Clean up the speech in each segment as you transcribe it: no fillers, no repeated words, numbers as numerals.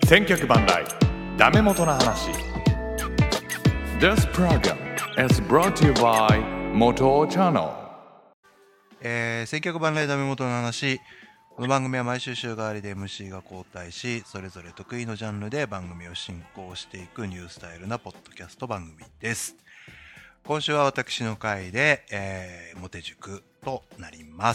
千脚万来ダメ元の話。 This program is brought to you by Moto Channel。 千脚万来ダメ元の話。この番組は毎週週替わりで MC が交代し、それぞれ得意のジャンルで番組を進行していくニュースタイルなポッドキャスト番組です。今週は私の回で、モテ塾となります。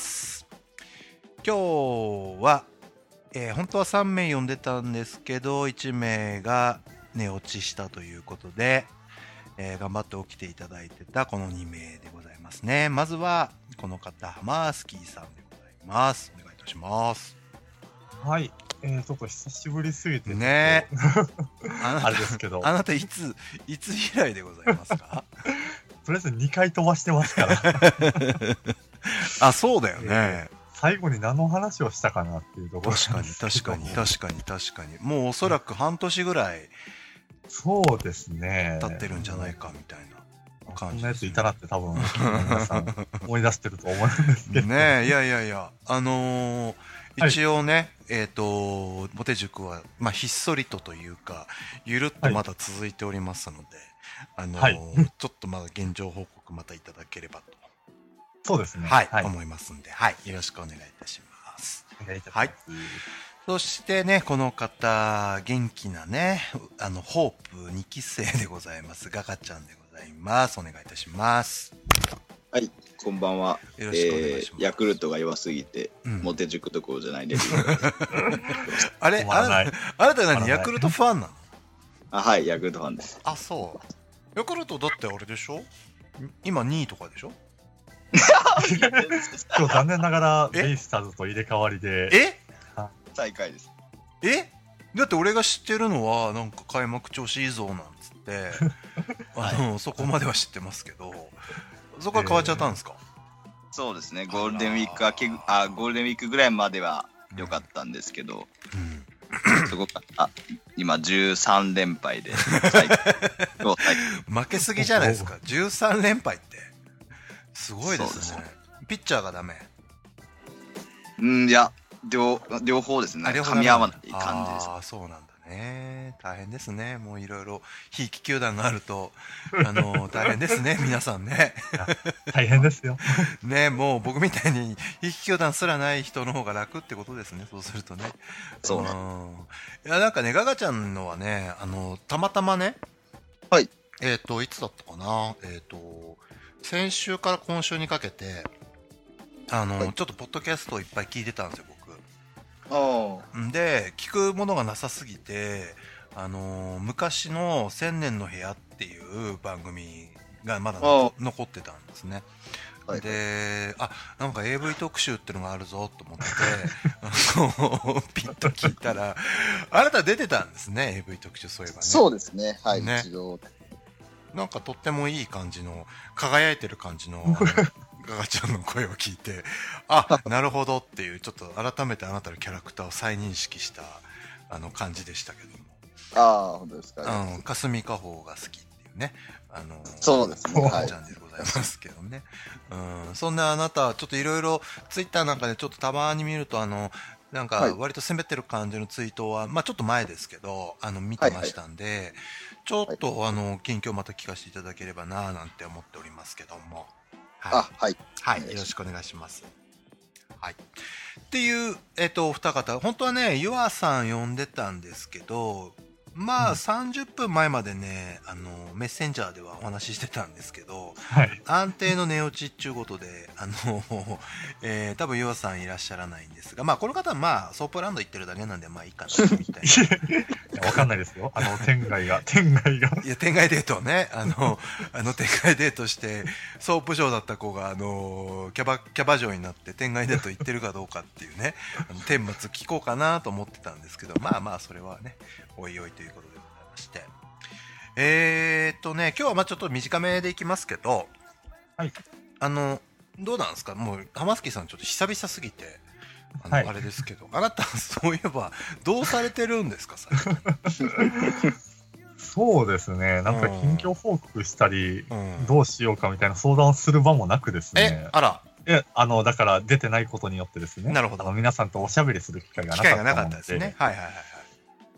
今日は、本当は3名読んでたんですけど、1名が寝落ちしたということで、頑張って起きていただいてたこの2名でございますね。まずはこの方、マースキーさんでございます。お願いいたします。 はい、ちょっと久しぶりすぎてねあれですけど、 あなたいつ以来でございますか？ とりあえず2回飛ばしてますからあ、そうだよね、 最後に何の話をしたかなっていうところ。 確かにもうおそらく半年ぐらいそうですね経ってるんじゃないかみたいな感じ、 そんなやついたなって多分皆さん思い出してると思うんですけどね。いや一応ね、モテ塾は、ひっそりとというかゆるっとまだ続いておりますので、ちょっとまだ現状報告またいただければと。 そうですね。 思いますんで、よろしくお願いいたします。 はい。 そしてね、この方、元気なね、ホープ2期生でございます。ガガちゃんでございます。お願いいたします。 はい、こんばんは。 よろしくお願いします。 ヤクルトが弱すぎて、モテ塾どころじゃないです。 あれ、あなた何、ヤクルトファンなの？ はい、ヤクルトファンです。 あ、そう。ヤクルトだってあれでしょ？今2位とかでしょ？ 今日残念ながらベイスターズと入れ替わりで最下位です。 だって俺が知ってるのはなんか開幕調子いいぞなんつってそこまでは知ってますけど、そこは変わっちゃったんですか？ そうですね、ゴールデンウィークぐらいまでは良かったんですけど、そこから今13連敗で負けすぎじゃないですか。13連敗ってすごいですね。ピッチャーがダメ？ いや、両方ですね。噛み合わない感じです。 ああ、そうなんだね。大変ですね。もういろいろ非気球団があると大変ですね、皆さんね。 大変ですよね。もう僕みたいに非気球団すらない人の方が楽ってことですね。そうするとね。 そういや、なんかね、ガガちゃんのはね、たまたまね、 はい。 いつだったかな、先週から今週にかけてちょっとポッドキャストをいっぱい聞いてたんですよ、僕。で、聞くものがなさすぎて、昔の千年の部屋っていう番組がまだ残ってたんですね。で、なんか AV 特集ってのがあるぞと思ってピッと聞いたら、あなた出てたんですね、AV 特集。そういえばね。 そうですね、はい、 ね、 一度。 なんかとってもいい感じの、輝いてる感じのガガちゃんの声を聞いて、なるほどっていう、ちょっと改めてあなたのキャラクターを再認識した感じでしたけども。 本当ですか。 霞かほうが好きっていうね、 そうですね、 ガガちゃんでございますけどね。そんなあなたはちょっといろいろツイッターなんかでちょっとたまに見るとなんか割と攻めてる感じのツイートは、ちょっと前ですけど見てましたんで、ちょっと近況また聞かせていただければななんて思っておりますけども。はい、よろしくお願いします。っていうお二方、本当はね、ゆあさん呼んでたんですけど、30分前までね、メッセンジャーではお話ししてたんですけど、安定の寝落ちっていうことで、多分ゆあさんいらっしゃらないんですが、この方はソープランド行ってるだけなんで、いいかな、みたいな。わかんないですよ。天外が。 いや、天外デートね。天外デートして、ソープ嬢だった子が、キャバ嬢になって天外デート行ってるかどうかっていうね、顛末聞こうかなと思ってたんですけど、それはね、おいおいということでございまして。今日はちょっと短めでいきますけど、どうなんですか？もう、浜月さんちょっと久々すぎて、あれですけど、あなた、そういえば、どうされてるんですか、最近。 そうですね、なんか近況報告したり、どうしようかみたいな相談をする場もなくですね。だから出てないことによってですね、 なるほど。 皆さんとおしゃべりする機会がなかったので。 ですね。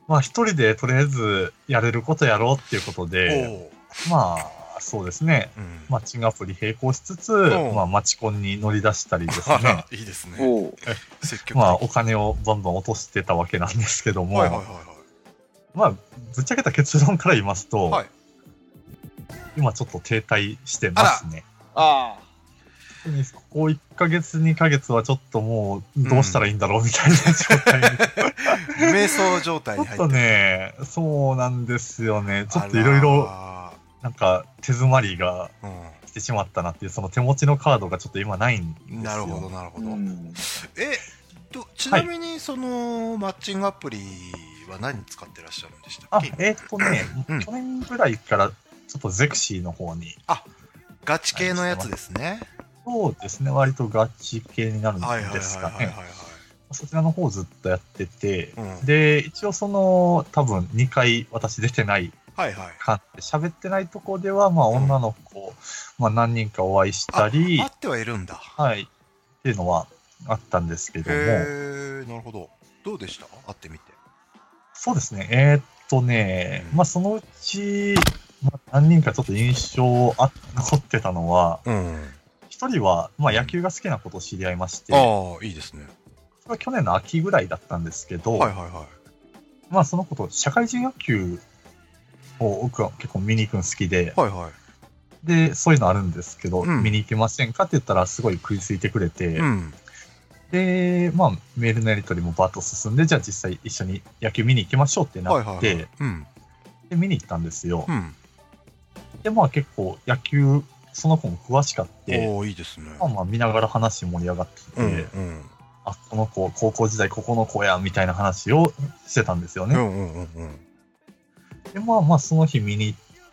まあ一人でとりあえずやれることやろうっていうことで、まあそうですね、マッチングアプリ並行しつつ、まあマチコンに乗り出したりですね。 いいですね。 まあお金をバンバン落としてたわけなんですけども、まあぶっちゃけた結論から言いますと、今ちょっと停滞してますね。ここ1ヶ月2ヶ月はちょっともうどうしたらいいんだろうみたいな状態に、 瞑想状態に入ってちょっとね、そうなんですよね。ちょっといろいろなんか手詰まりが来てしまったなっていう、その手持ちのカードがちょっと今ないんですよ。 なるほどなるほど。ちなみにそのマッチングアプリは何使ってらっしゃるんでしたっけ？ 去年ぐらいからちょっとゼクシーの方に。 ガチ系のやつですね。 そうですね、割とガチ系になるんですかね。そちらの方ずっとやってて、で、一応その、多分2回私出てない喋ってないとこでは、まあ女の子、まあ何人かお会いしたり、 会ってはいるんだ。 はい。っていうのはあったんですけども。 なるほど。どうでした？会ってみて。 そうですね。まあそのうち、何人かちょっと印象残ってたのは、一人は、まあ野球が好きなことを知り合いまして、 いいですね。 それは去年の秋ぐらいだったんですけど、まあその子と社会人野球を僕は結構見に行くの好きで、で、そういうのあるんですけど、見に行きませんかって言ったらすごい食いついてくれて、で、まあメールのやり取りもバッと進んで、じゃあ実際一緒に野球見に行きましょうってなって、で、見に行ったんですよ。で、まあ結構野球、その子も詳しかって、 いいですね。 まあ見ながら話盛り上がってて、この子、高校時代ここの子や、みたいな話をしてたんですよね。で、まあその日見に行って、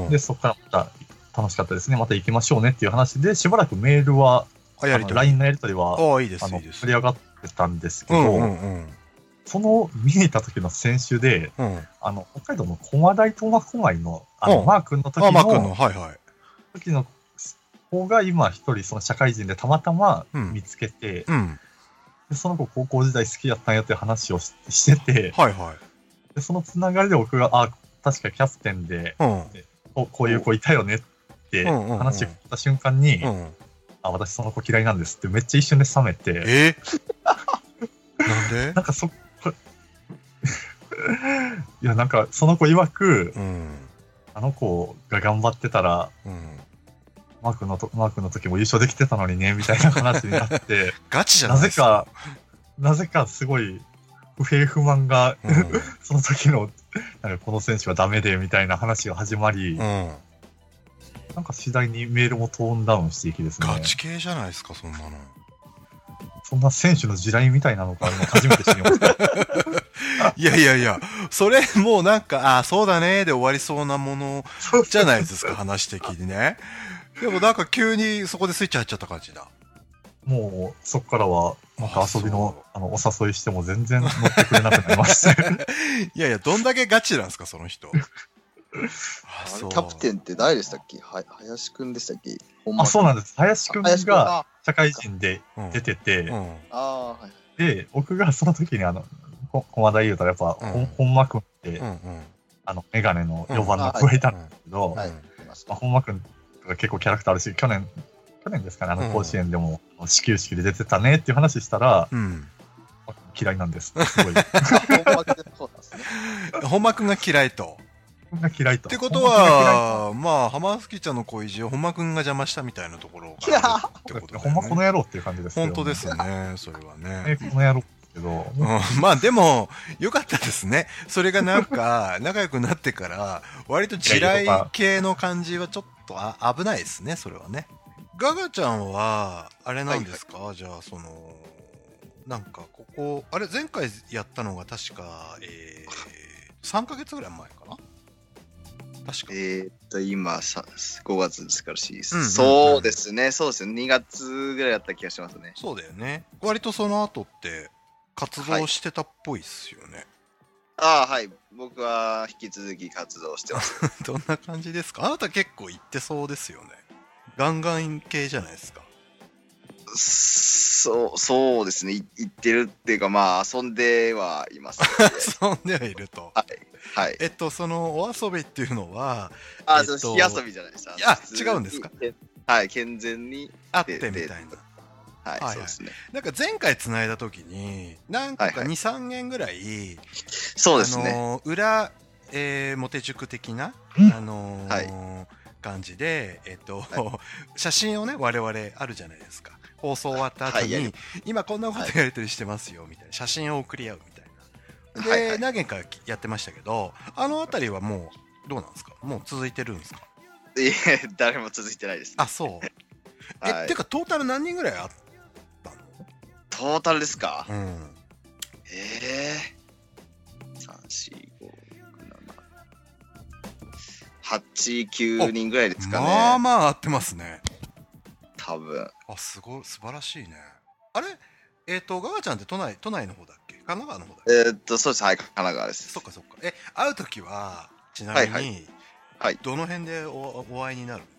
で、そこからまた楽しかったですね。また行きましょうねっていう話で、しばらくメールは、LINE のやり取りは、盛り上がってたんですけど、その見に行った時の選手で、北海道の駒大苫小牧の、マー君の時の、時の子が今一人その社会人でたまたま見つけて、でその子高校時代好きだったんやっていう話をしてて、でそのつながりで僕が確かキャプテンで、こういう子いたよねって話を聞いた瞬間に、私その子嫌いなんですってめっちゃ一瞬で冷めて、 なんで？ なんかいやなんかその子曰く、あの子が頑張ってたら、マークの時も優勝できてたのにねみたいな話になってガチじゃないですか。 なぜかすごい不平不満が、その時のなんかこの選手はダメでみたいな話が始まり、なんか次第にメールもトーンダウンしていきですね。 ガチ系じゃないですかそんなの。 そんな選手の地雷みたいなのか初めて知りました。 いや、それもうなんか、そうだねで終わりそうなものじゃないですか、話的にね。でもなんか急にそこでスイッチ入っちゃった感じだ。 もう、そこからは、なんか遊びの、お誘いしても全然乗ってくれなくなりました。 いや、どんだけガチなんですか、その人。 キャプテンって誰でしたっけ？林くんでしたっけ？ そうなんです。林くんが社会人で出てて、で、僕がその時に駒田優太やっぱ、本間くんって、メガネの4番の子がいたんですけど、本間くんが結構キャラクターあるし、去年ですかね、甲子園でも始球式で出てたねっていう話したら、嫌いなんです。すごい。 本間くんが嫌いと。 が嫌いと。 ってことは、まあ、浜月ちゃんの恋路を本間くんが邪魔したみたいなところがあるってことだよね。 本間この野郎っていう感じですよね。 本当ですね、それはね。 この野郎ですけど。 まあでも、よかったですね。それがなんか、仲良くなってから、割と地雷系の感じはちょっと危ないですね、それはね。ガガちゃんは、あれなんですか？じゃあ、なんか、あれ、前回やったのが確か、3ヶ月ぐらい前かな？確か今5月ですからし、そうですね2月ぐらいだった気がしますね。 そうだよね。割とその後って活動してたっぽいっすよね。 はい、僕は引き続き活動してます。 どんな感じですか？あなた結構行ってそうですよね。ガンガン系じゃないですか。 そうですね。行ってるっていうか、まあ、遊んではいます、ね。 遊んではいると。 はい。はい。 そのお遊びっていうのは、 その火遊びじゃないですか。 違うんですか？ はい、健全に。 あってみたいな。 はい、そうですね。 なんか前回繋いだ時に、なんか2、3年ぐらい、 そうですね。 裏、モテ塾的な、感じで、写真をね、我々あるじゃないですか。放送終わった後に、今こんなことやりとりしてますよ、みたいな。写真を送り合うみたいな。で、何件かやってましたけど、あのあたりはもう、どうなんですか？もう続いてるんですか？ 誰も続いてないです、ね。 あ、そう。てか、トータル何人ぐらいあったの？ トータルですか？ うん。 3、4、5、6、7、8、9人ぐらいですかね。 まあまあ合ってますね。 多分。 すごい、素晴らしいね。あれガガちゃんって都内の方だっけ？神奈川の方だっけ？ そうです。はい、神奈川です。 そっか。会うときは、ちなみに、どの辺でお会いになるん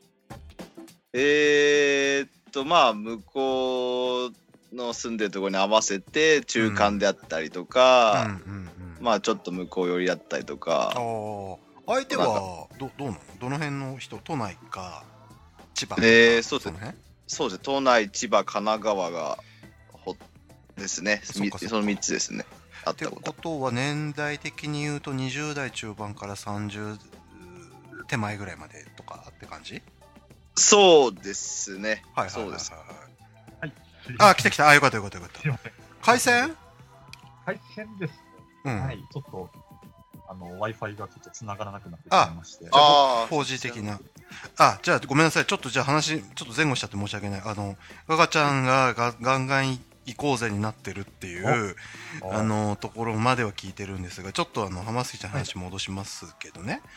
ですか？ まあ、向こうの住んでるところに合わせて、中間であったりとか、まあ、ちょっと向こう寄りだったりとか。 相手はどうなの？どの辺の人？都内か千葉か、 そうですね。都内、千葉、神奈川がですね。その3つですね。 ってことは年代的に言うと20代中盤から30手前ぐらいまでとかって感じ？ そうですね。 そうです。 はい。 来た。よかった。回線です。はい。ちょっとWi-Fi がちょっと繋がらなくなってしまいまして。 4G 的な。じゃあごめんなさい。ちょっと話、ちょっと前後しちゃって申し訳ない。ガガちゃんがガンガン行こうぜになってるっていう、ところまでは聞いてるんですが、ちょっと浜月ちゃん話戻しますけどね。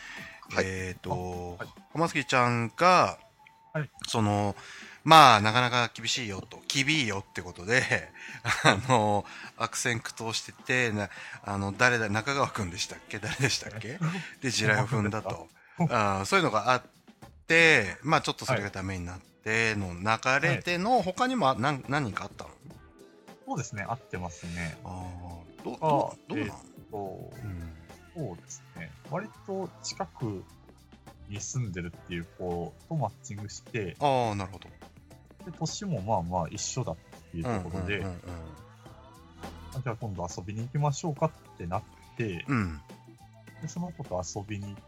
浜月ちゃんが、まあ、なかなか厳しいよと、厳いよってことで、悪戦苦闘してて、中川くんでしたっけ？誰でしたっけ？で、地雷を踏んだと。そういうのがあって、まあちょっとそれがダメになっての流れでの、他にも何人かあったの？ そうですね、合ってますね。 どうなの？ そうですね。割と近くに住んでるっていう子とマッチングして、 なるほど。 で、年もまあまあ一緒だっていうところで、じゃあ今度遊びに行きましょうかってなって、でその子と遊びに行って、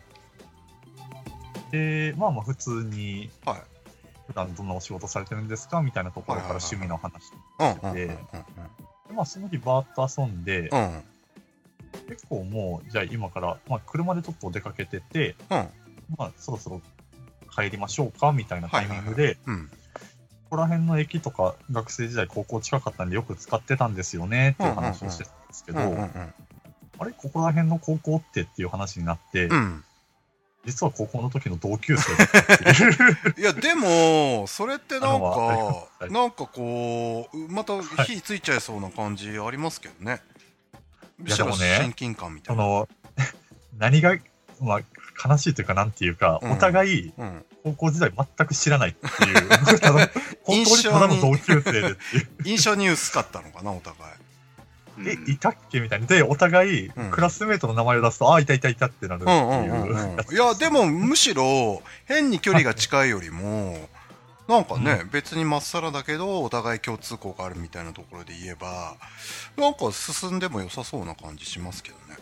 で、まあまあ普通に、普段どんなお仕事されてるんですかみたいなところから趣味の話をしてて、で、まあその日バーッと遊んで、結構もう、じゃあ今から、まあ車でちょっと出かけてて、まあそろそろ帰りましょうかみたいなタイミングで、ここら辺の駅とか学生時代高校近かったんでよく使ってたんですよねっていう話をしてたんですけど、あれここら辺の高校っていう話になって、実は高校の時の同級生だったっていういやでもそれってなんかこうまた火ついちゃいそうな感じありますけどね。むしろ親近感みたいな。 何がまあ悲しいというかなんていうか、お互い高校時代全く知らないっていう本当にただの同級生でっていう印象に薄かったのかなお互い。 いたっけみたいな。で、お互い、クラスメートの名前を出すと、いたってなるっていう。 いや、でも、むしろ、変に距離が近いよりも、なんかね、別にまっさらだけど、お互い共通項があるみたいなところで言えば、なんか進んでも良さそうな感じしますけどね。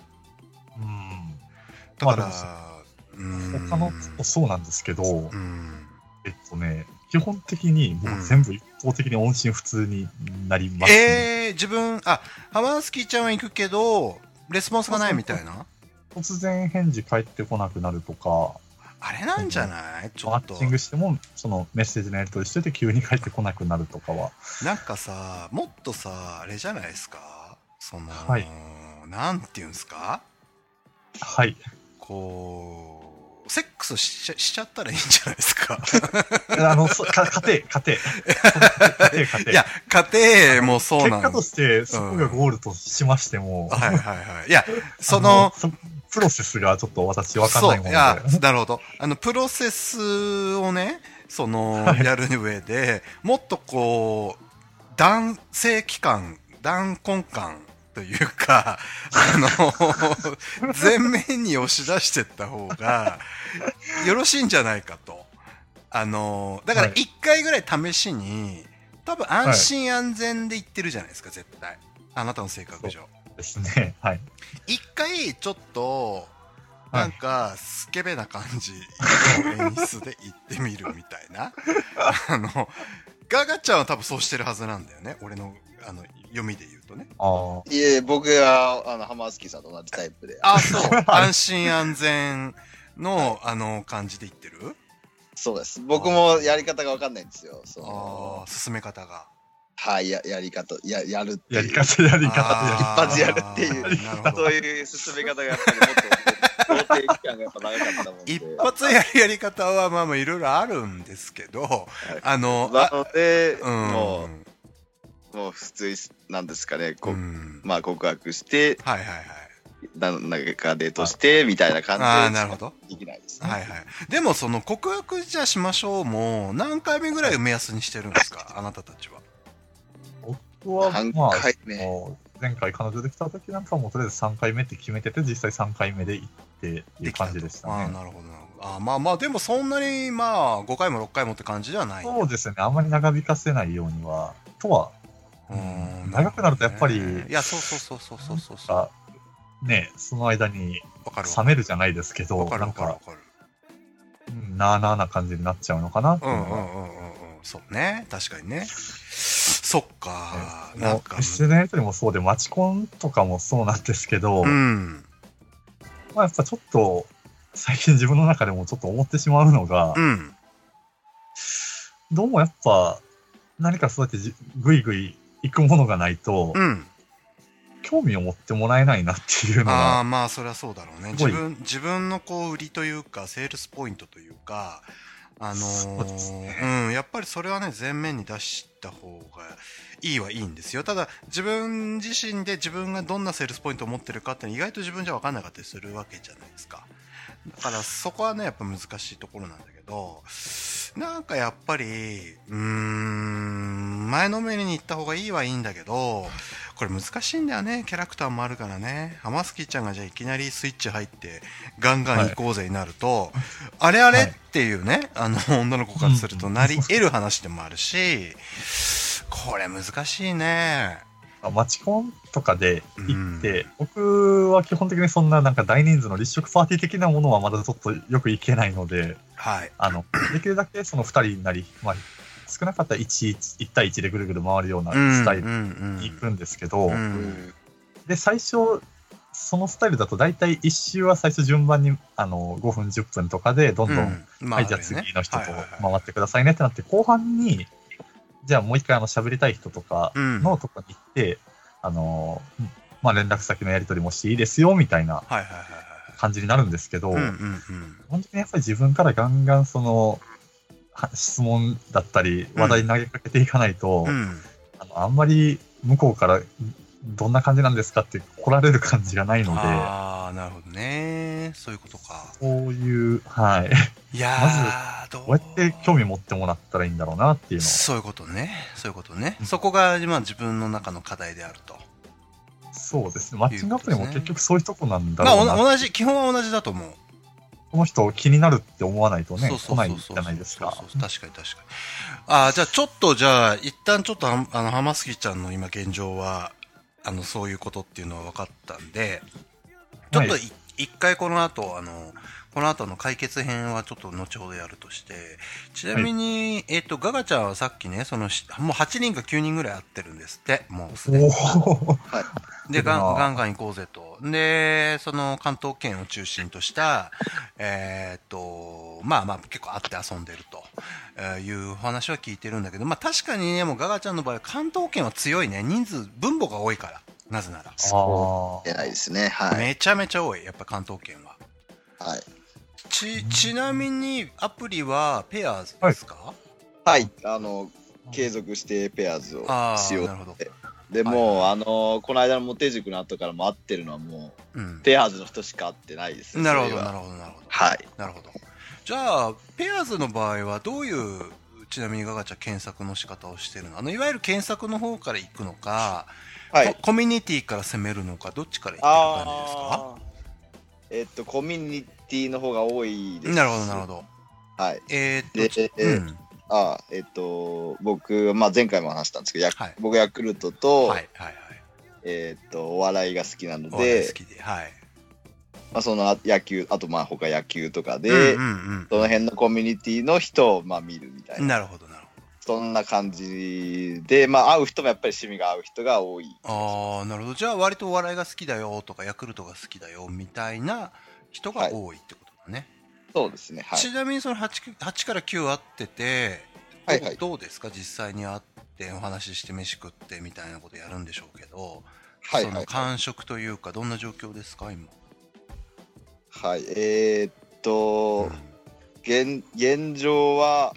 だから、 他のそうなんですけど、基本的にもう全部一方的に音信不通になりますね。 自分、浜月ちゃんは行くけど、レスポンスがないみたいな？ 突然返事返ってこなくなるとか。 あれなんじゃない？ちょっと。 マッチングしても、そのメッセージのやり取りしてて急に返ってこなくなるとかは。 なんかさ、もっとさ、あれじゃないですか？なんていうんですか？ はい。 セックスしちゃったらいいんじゃないですか。 家庭。 いや、家庭もそうなん結果として、そこがゴールとしましても。 いや、 プロセスがちょっと私わかんないもので。 なるほど。プロセスをね、 そのやる上でもっとこう男性機関、男根感というか前面に押し出していった方がよろしいんじゃないかと。だから1回ぐらい試しに多分安心安全で言ってるじゃないですか、絶対あなたの性格上。 そうですね。はい。 1回ちょっとなんかスケベな感じの演出で言ってみるみたいなガガちゃんは多分そうしてるはずなんだよね、俺の読みで言うとね。 いえ、僕はハマースキーさんと同じタイプで。 あ、そう安心安全の感じで言ってる。 そうです。僕もやり方が分かんないんですよ。 進め方が。 はい、やり方、やるっていう。 やり方。 一発やるっていう。そういう進め方がやっぱりもっと、想定期間がやっぱ長かったもんで。 一発やるやり方はまあいろいろあるんですけど、 なので、もう普通なんですかね、まあ告白して、なんかデートしてみたいな感じでできないですね。 はいはい。でもその告白じゃしましょうも何回目ぐらいを目安にしてるんですか、あなたたちは。 僕は何回目、 前回彼女できた時なんかもとりあえず3回目って決めてて、実際3回目で行ってっていう感じでしたね。 なるほどなるほど。まあでもそんなにまあ5回も6回もって感じではない。 そうですね。あんまり長引かせないようにはとは。長くなるとやっぱり、 いや、そうね、その間に冷めるじゃないですけど、なんかなあな感じになっちゃうのかなっていうのは。 そうね、確かにね。そっか。 なんか SNS もそうで、マチコンとかもそうなんですけど、まあやっぱちょっと最近自分の中でもちょっと思ってしまうのが、どうもやっぱ何かそうやってぐいぐい行くものがないと、興味を持ってもらえないなっていうのが。 まあそりゃそうだろうね。自分のこう売りというかセールスポイントというか、やっぱりそれはね前面に出した方がいいはいいんですよ。ただ自分自身で自分がどんなセールスポイントを持ってるかって意外と自分じゃ分かんなかったりするわけじゃないですか。だからそこはねやっぱ難しいところなんだけど、なんかやっぱり前のめりに行った方がいいはいいんだけど、これ難しいんだよね。キャラクターもあるからね。ハマスキーちゃんがじゃあいきなりスイッチ入ってガンガン行こうぜになると、あれっていうね、女の子からするとなり得る話でもあるし、これ難しいね。 マチコンとかで行って、僕は基本的にそんななんか大人数の立食パーティー的なものはまだちょっとよく行けないので、できるだけその2人なり、まあ、少なかったら1対1でぐるぐる回るようなスタイルに行くんですけど、で、最初、そのスタイルだと大体1周は最初順番に5分10分とかでどんどん、はい、じゃあ次の人と回ってくださいねってなって、後半に、じゃあもう一回喋りたい人とかのとこに行って、まあ連絡先のやり取りもしていいですよみたいな感じになるんですけど、本当にやっぱり自分からガンガンその質問だったり話題に投げかけていかないと、あんまり向こうからどんな感じなんですかって来られる感じがないので。 ああ、なるほどね。そういうことか。 そういう、はい。 いやまず、どうやって興味持ってもらったらいいんだろうなっていうのを。 そういうことね。そういうことね。そこが、まあ自分の中の課題であると。 そうですね。マッチングアプリも結局そういうとこなんだろうな。 まあ基本は同じだと思う。 この人気になるって思わないとね、来ないじゃないですか。 確かに確かに。じゃあちょっと、一旦ちょっとハマスキちゃんの今現状は、そういうことっていうのは分かったんで、ちょっと一回この後の解決編はちょっと後ほどやるとして、ちなみに、ガガちゃんはさっきね、もう8人か9人ぐらい会ってるんですって、もうすでに。で、ガンガン行こうぜと。で、その関東圏を中心とした、まあ結構会って遊んでるという話は聞いてるんだけど、まあ確かにね、もうガガちゃんの場合は関東圏は強いね。分母が多いから。なぜなら。 出ないですね。はい。 めちゃめちゃ多い。やっぱ関東圏は。 はい。 ちなみにアプリはペアーズですか？ はい。継続してペアーズをしようって。でも、この間のモテ塾の後からも会ってるのはもう、ペアーズの人しか会ってないですね。 なるほど。 はい。 なるほど。 じゃあペアーズの場合はどういうちなみにガガチャ検索の仕方をしてるの？いわゆる検索の方から行くのか、はい、コミュニティから攻めるのか、どっちから行ってる感じですか？ コミュニティの方が多いです。 なるほどなるほど。 はい。僕、まあ、前回も話したんですけど、はい、僕ヤクルトと、はいはいはい、お笑いが好きなので、お笑い好きで、はい。まあ、その野球、あとまあ他野球とかで、その辺のコミュニティの人をまあ見るみたいな。 なるほどなるほど。 そんな感じで、まあ会う人もやっぱり趣味が合う人が多い。 ああ、なるほど。じゃあ割とお笑いが好きだよとかヤクルトが好きだよみたいな人が多いってことだね。はい、 そうですね。はい。 ちなみにその 8から9会ってて、はいはい、どうですか実際に会ってお話しして飯食ってみたいなことやるんでしょうけど、はいはいはい、その感触というかどんな状況ですか今？ はい、現状は、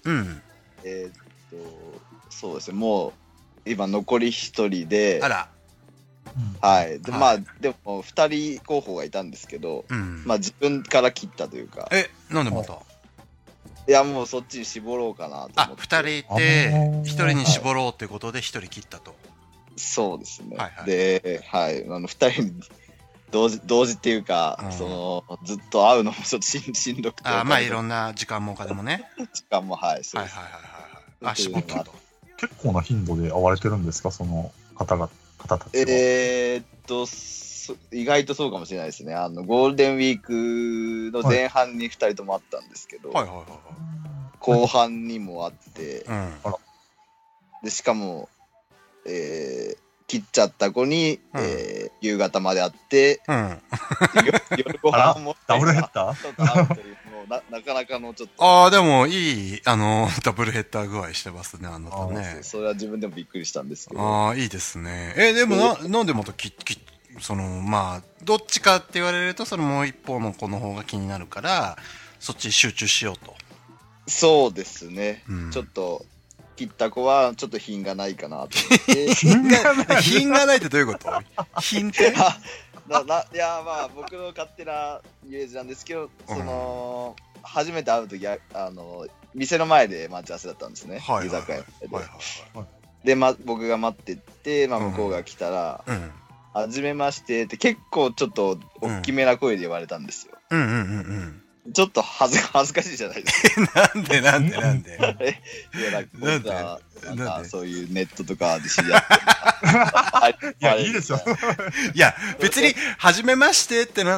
そうですね、もう今残り1人で、 あら、 はい、で、まあでも2人候補がいたんですけど、まあ自分から切ったというか。 なんでまた？ いやもうそっちに絞ろうかなと思って。 2人いて1人に絞ろうってことで1人切ったと。 そうですね。はいはい、で、はい、2人に同時っていうか、ずっと会うのもちょっとしんどくて。 まあいろんな時間もお金もね。 時間も、はい、そうです。 絞ったと。 結構な頻度で会われてるんですか、その方たちは。意外とそうかもしれないですね。ゴールデンウィークの前半に2人とも会ったんですけど、後半にも会って、でしかも、切っちゃった子に、夕方まで会って、夜ご飯もダブルヘッダーなかなかのちょっと。 でもいい、ダブルヘッダー具合してますね、ね。 それは自分でもびっくりしたんですけど。 いいですね。でもなんでまたまあ、どっちかって言われると、もう一方の子の方が気になるから、そっちに集中しようと。 そうですね。ちょっと、切った子はちょっと品がないかなと思って。 品がないってどういうこと？品って？いや、まあ、僕の勝手なイメージなんですけど、初めて会うときは、店の前で待ち合わせだったんですね。居酒屋で。で、僕が待ってって、向こうが来たら、はじめましてって結構ちょっと大きめな声で言われたんですよ。ちょっと恥ずかしいじゃないですか。なんでいや、なんかそういうネットとかで知り合って。 いや、いいでしょ。 いや、別に、初めましてってなって、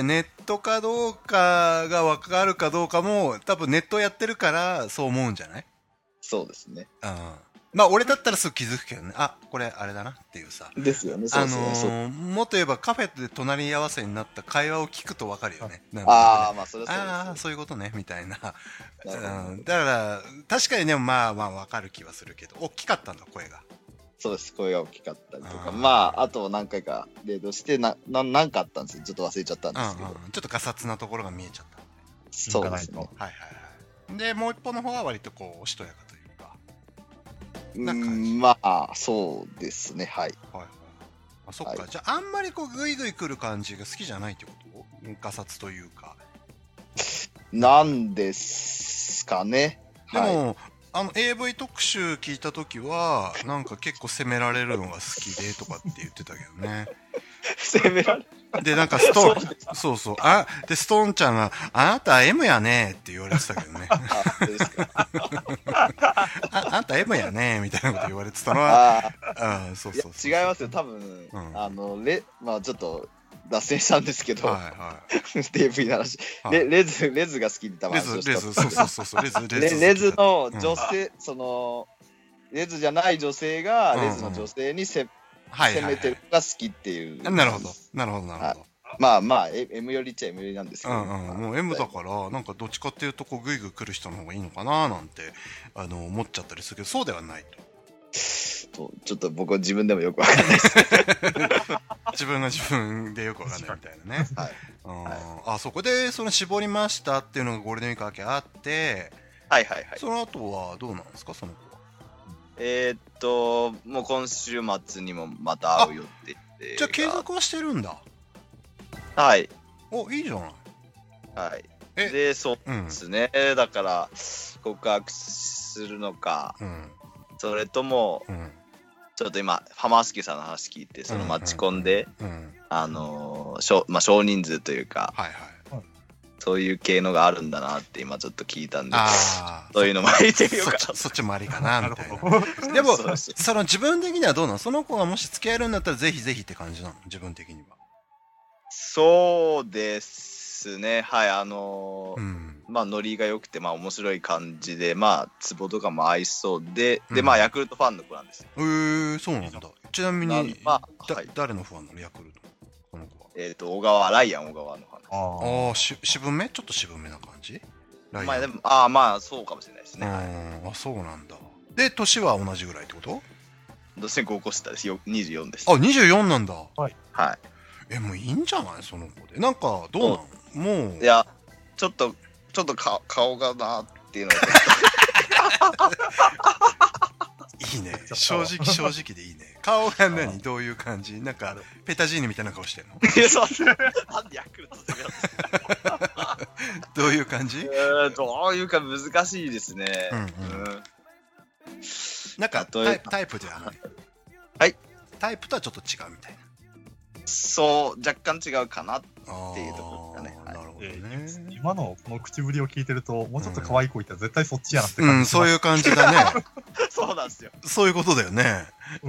ネットかどうかがわかるかどうかも、多分ネットやってるからそう思うんじゃない？ そうですね。 まあ、俺だったらすぐ気づくけどね。これあれだなっていうさ。 ですよね。 もっと言えばカフェで隣り合わせになった会話を聞くとわかるよね。 まあ、それはそうです。 そういうことね、みたいな。だから、確かにね、まあわかる気はするけど、大きかったんだ、声が。 そうです、声が大きかったりとか。まあ、あと何回かレードして、なんかあったんですよ。ちょっと忘れちゃったんですけど。 ちょっとガサツなところが見えちゃった。 そうですね。 はいはいはい。で、もう一方の方は割とこう、しとやかという。 まあ、そうですね、はい。 そっか、じゃあ、あんまりこう、ぐいぐい来る感じが好きじゃないってこと？ガサツというか。 なんですかね。 でも、AV 特集聞いたときは、なんか結構責められるのが好きでとかって言ってたけどね。 責められる？ で、なんかそう。で、ストーンちゃんが、あなた M やねって言われてたけどね。あんた M やねみたいなこと言われてたのは、そう。 違いますよ、多分、まあちょっと、脱線したんですけど、AV の話。レズが好きでたまに。 そう。 レズの女性、レズじゃない女性が、レズの女性に攻めてるのが好きっていう。 なるほど。 まあ、M よりっちゃ M よりなんですけど。 もう M だから、なんかどっちかっていうと、こう、ぐいぐい来る人の方がいいのかななんて、思っちゃったりするけど、そうではないと。 ちょっと僕は自分でもよくわかんないです。 自分が自分でよくわかんないみたいなね。そこで、絞りましたっていうのがゴールデンウィーク明けあって、その後はどうなんですか、その子は。 もう今週末にもまた会うよって言って。 じゃあ継続はしてるんだ。 はい。 いいじゃない。 はい。 で、そうですね。だから、告白するのか、それとも、ちょっと今、ハマースキーさんの話聞いて、そのマチコンで、少人数というか、そういう系のがあるんだなって今ちょっと聞いたんで、そういうのも入ってみようかな。 そっちもありかな、みたいな。でも、その自分的にはどうなの？その子がもし付き合えるんだったらぜひぜひって感じなの？自分的には。 そうですね。はい、まあ、ノリが良くて、まあ、面白い感じで、まあ、ツボとかも合いそうで、で、まあ、ヤクルトファンの子なんですよ。 そうなんだ。ちなみに、誰のファンなの？ヤクルト。この子は。ライアン小川の話。 ああ、渋め？ちょっと渋めな感じ？ まあ、でも、まあ、そうかもしれないですね。 あ、そうなんだ。で、年は同じぐらいってこと？ 年5個下です。24です。 あ、24なんだ。 はい。 もういいんじゃない？その子で。なんか、どうなの？もう。 いや、ちょっと顔がなっていうのが。 いいね。正直でいいね。顔が何？どういう感じ？なんか、ペタジーニみたいな顔してんの？ いや、そう。なんでヤクルトでどういう感じ？ どういうか難しいですね。 なんか、タイプではない。 はい。 タイプとはちょっと違うみたいな。 そう、若干違うかなっていうところですかね。 なるほどね。 今のこの口ぶりを聞いてると、もうちょっと可愛い子いたら絶対そっちやなって感じ。 そういう感じだね。 そうなんですよ。 そういうことだよね。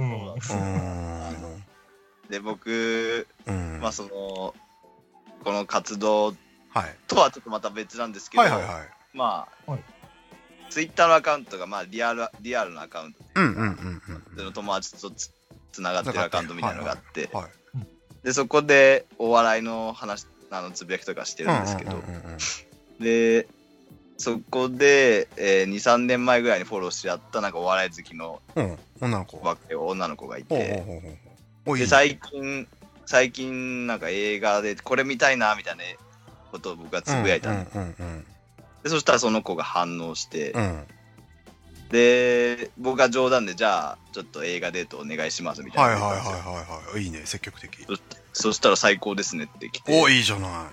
で、僕、まあこの活動とはちょっとまた別なんですけど、まあ、ツイッターのアカウントがまあリアルなアカウントで、友達とつながってるアカウントみたいなのがあって、で、そこでお笑いの話、つぶやきとかしてるんですけど、で、そこで、2、3年前ぐらいにフォローし合ったなんかお笑い好きの女の子がいて、で、最近なんか映画でこれ見たいなみたいなことを僕がつぶやいたんで、そしたらその子が反応して、で、僕が冗談で、じゃあ、ちょっと映画デートお願いしますみたいな。 いいね、積極的。 そしたら最高ですねって来て。 いいじゃない。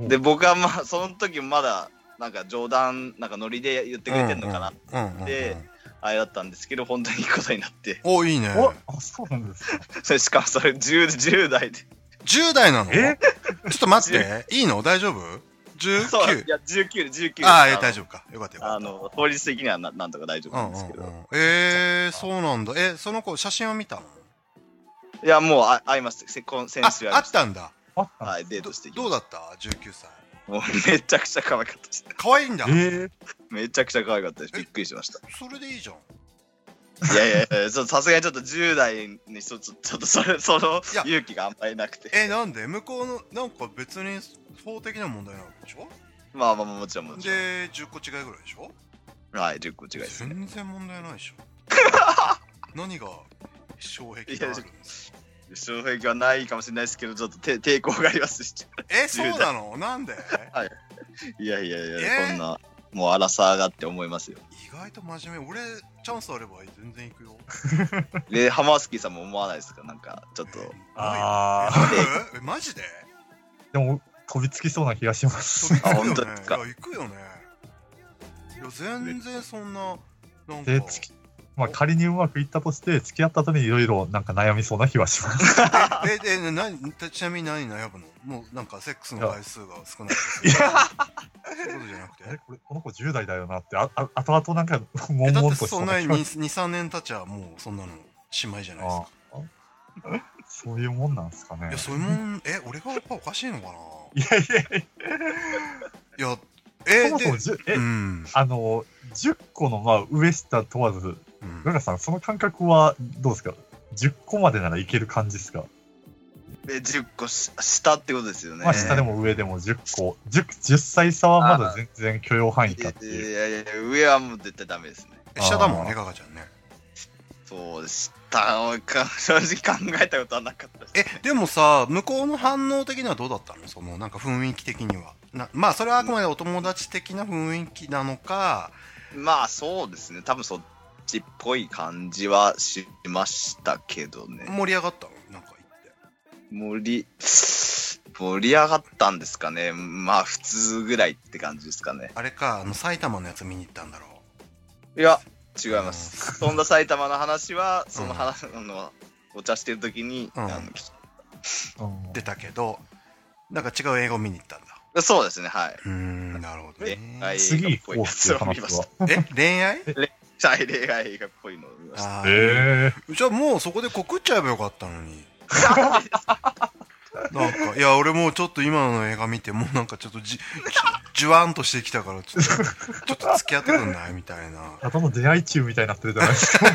で、僕はまあ、その時まだ、なんか冗談、なんかノリで言ってくれてんのかなって、あれだったんですけど、本当にいいことになって。 いいね。 そうなんですか。しかもそれ10代で。 10代なの？ちょっと待って。いいの？大丈夫？19？ いや、19で。 大丈夫か。よかったよかった。 法律的にはなんとか大丈夫なんですけど。 そうなんだ。その子、写真を見たの？ いや、もう会いました。先週あったんだ。 はい、デートしてどうだった ?19 歳。 もうめちゃくちゃ可愛かったです。 可愛いんだ。 めちゃくちゃ可愛かったです。びっくりしました。 それでいいじゃん。 いや、さすがにちょっと10代にちょっとその勇気があんまりなくて。 なんで向こうの、なんか別に法的な問題なわけでしょ？ まあもちろん。 で、10個違いぐらいでしょ？ はい、10個違いです。 全然問題ないでしょ。何が障壁があるんですか？ 障壁はないかもしれないですけど、ちょっと抵抗がありますし。 そうなの？なんで？ はい。いや、こんな、もう荒さがって思いますよ。 意外と真面目。俺、チャンスあれば全然行くよ。 で、ハマースキーさんも思わないですか？なんか、ちょっと。 マジで？ でも、飛びつきそうな気がします。 本当ですか？行くよね。いや、全然そんな、なんか。 まあ仮にうまくいったとして付き合った後にいろいろなんか悩みそうな気はします。 ちなみに何悩むの？もうなんかセックスの回数が少ない。そういうことじゃなくて。 この子10代だよなって後々なんか悶々としそうな。だってそんなに 2,3 年経ちゃもうそんなのしまいじゃないですか。 そういうもんなんですかね。 いやそういうもん俺がやっぱおかしいのかな。 いやそもそも10個のまあ上下問わず。ガガさん、その感覚はどうですか？ 10 個までならいける感じですか ？10個下ってことですよね。 まあ下でも上でも10個。10歳差はまだ全然許容範囲かっていう。 いや、上はもう絶対ダメですね。 下だもんね、ガガちゃんね。 そう、下を正直考えたことはなかったです、ね。 でもさ、向こうの反応的にはどうだったの？そのなんか雰囲気的には。まあそれはあくまでお友達的な雰囲気なのか。 まあそうですね、多分そっちっぽい感じはしましたけどね。 盛り上がったの？なんか言って。 盛盛り上がったんですかね。まあ普通ぐらいって感じですかね。 あれか、埼玉のやつ見に行ったんだろう。いや、違います。そんな埼玉の話は、その話、お茶してる時に、 出たけど、なんか違う映画を見に行ったんだ。 そうですね、はい。 なるほどね。 次行こうっていう話は。 恋愛？ 恋愛映画っぽいのを見ました。 じゃあもうそこで告っちゃえばよかったのに。なんか、いや、俺もうちょっと今の映画見て、もうなんかちょっとじゅわんとしてきたから、ちょっと付き合ってくんないみたいな。 ただの出会い中みたいになってるじゃないですか。 い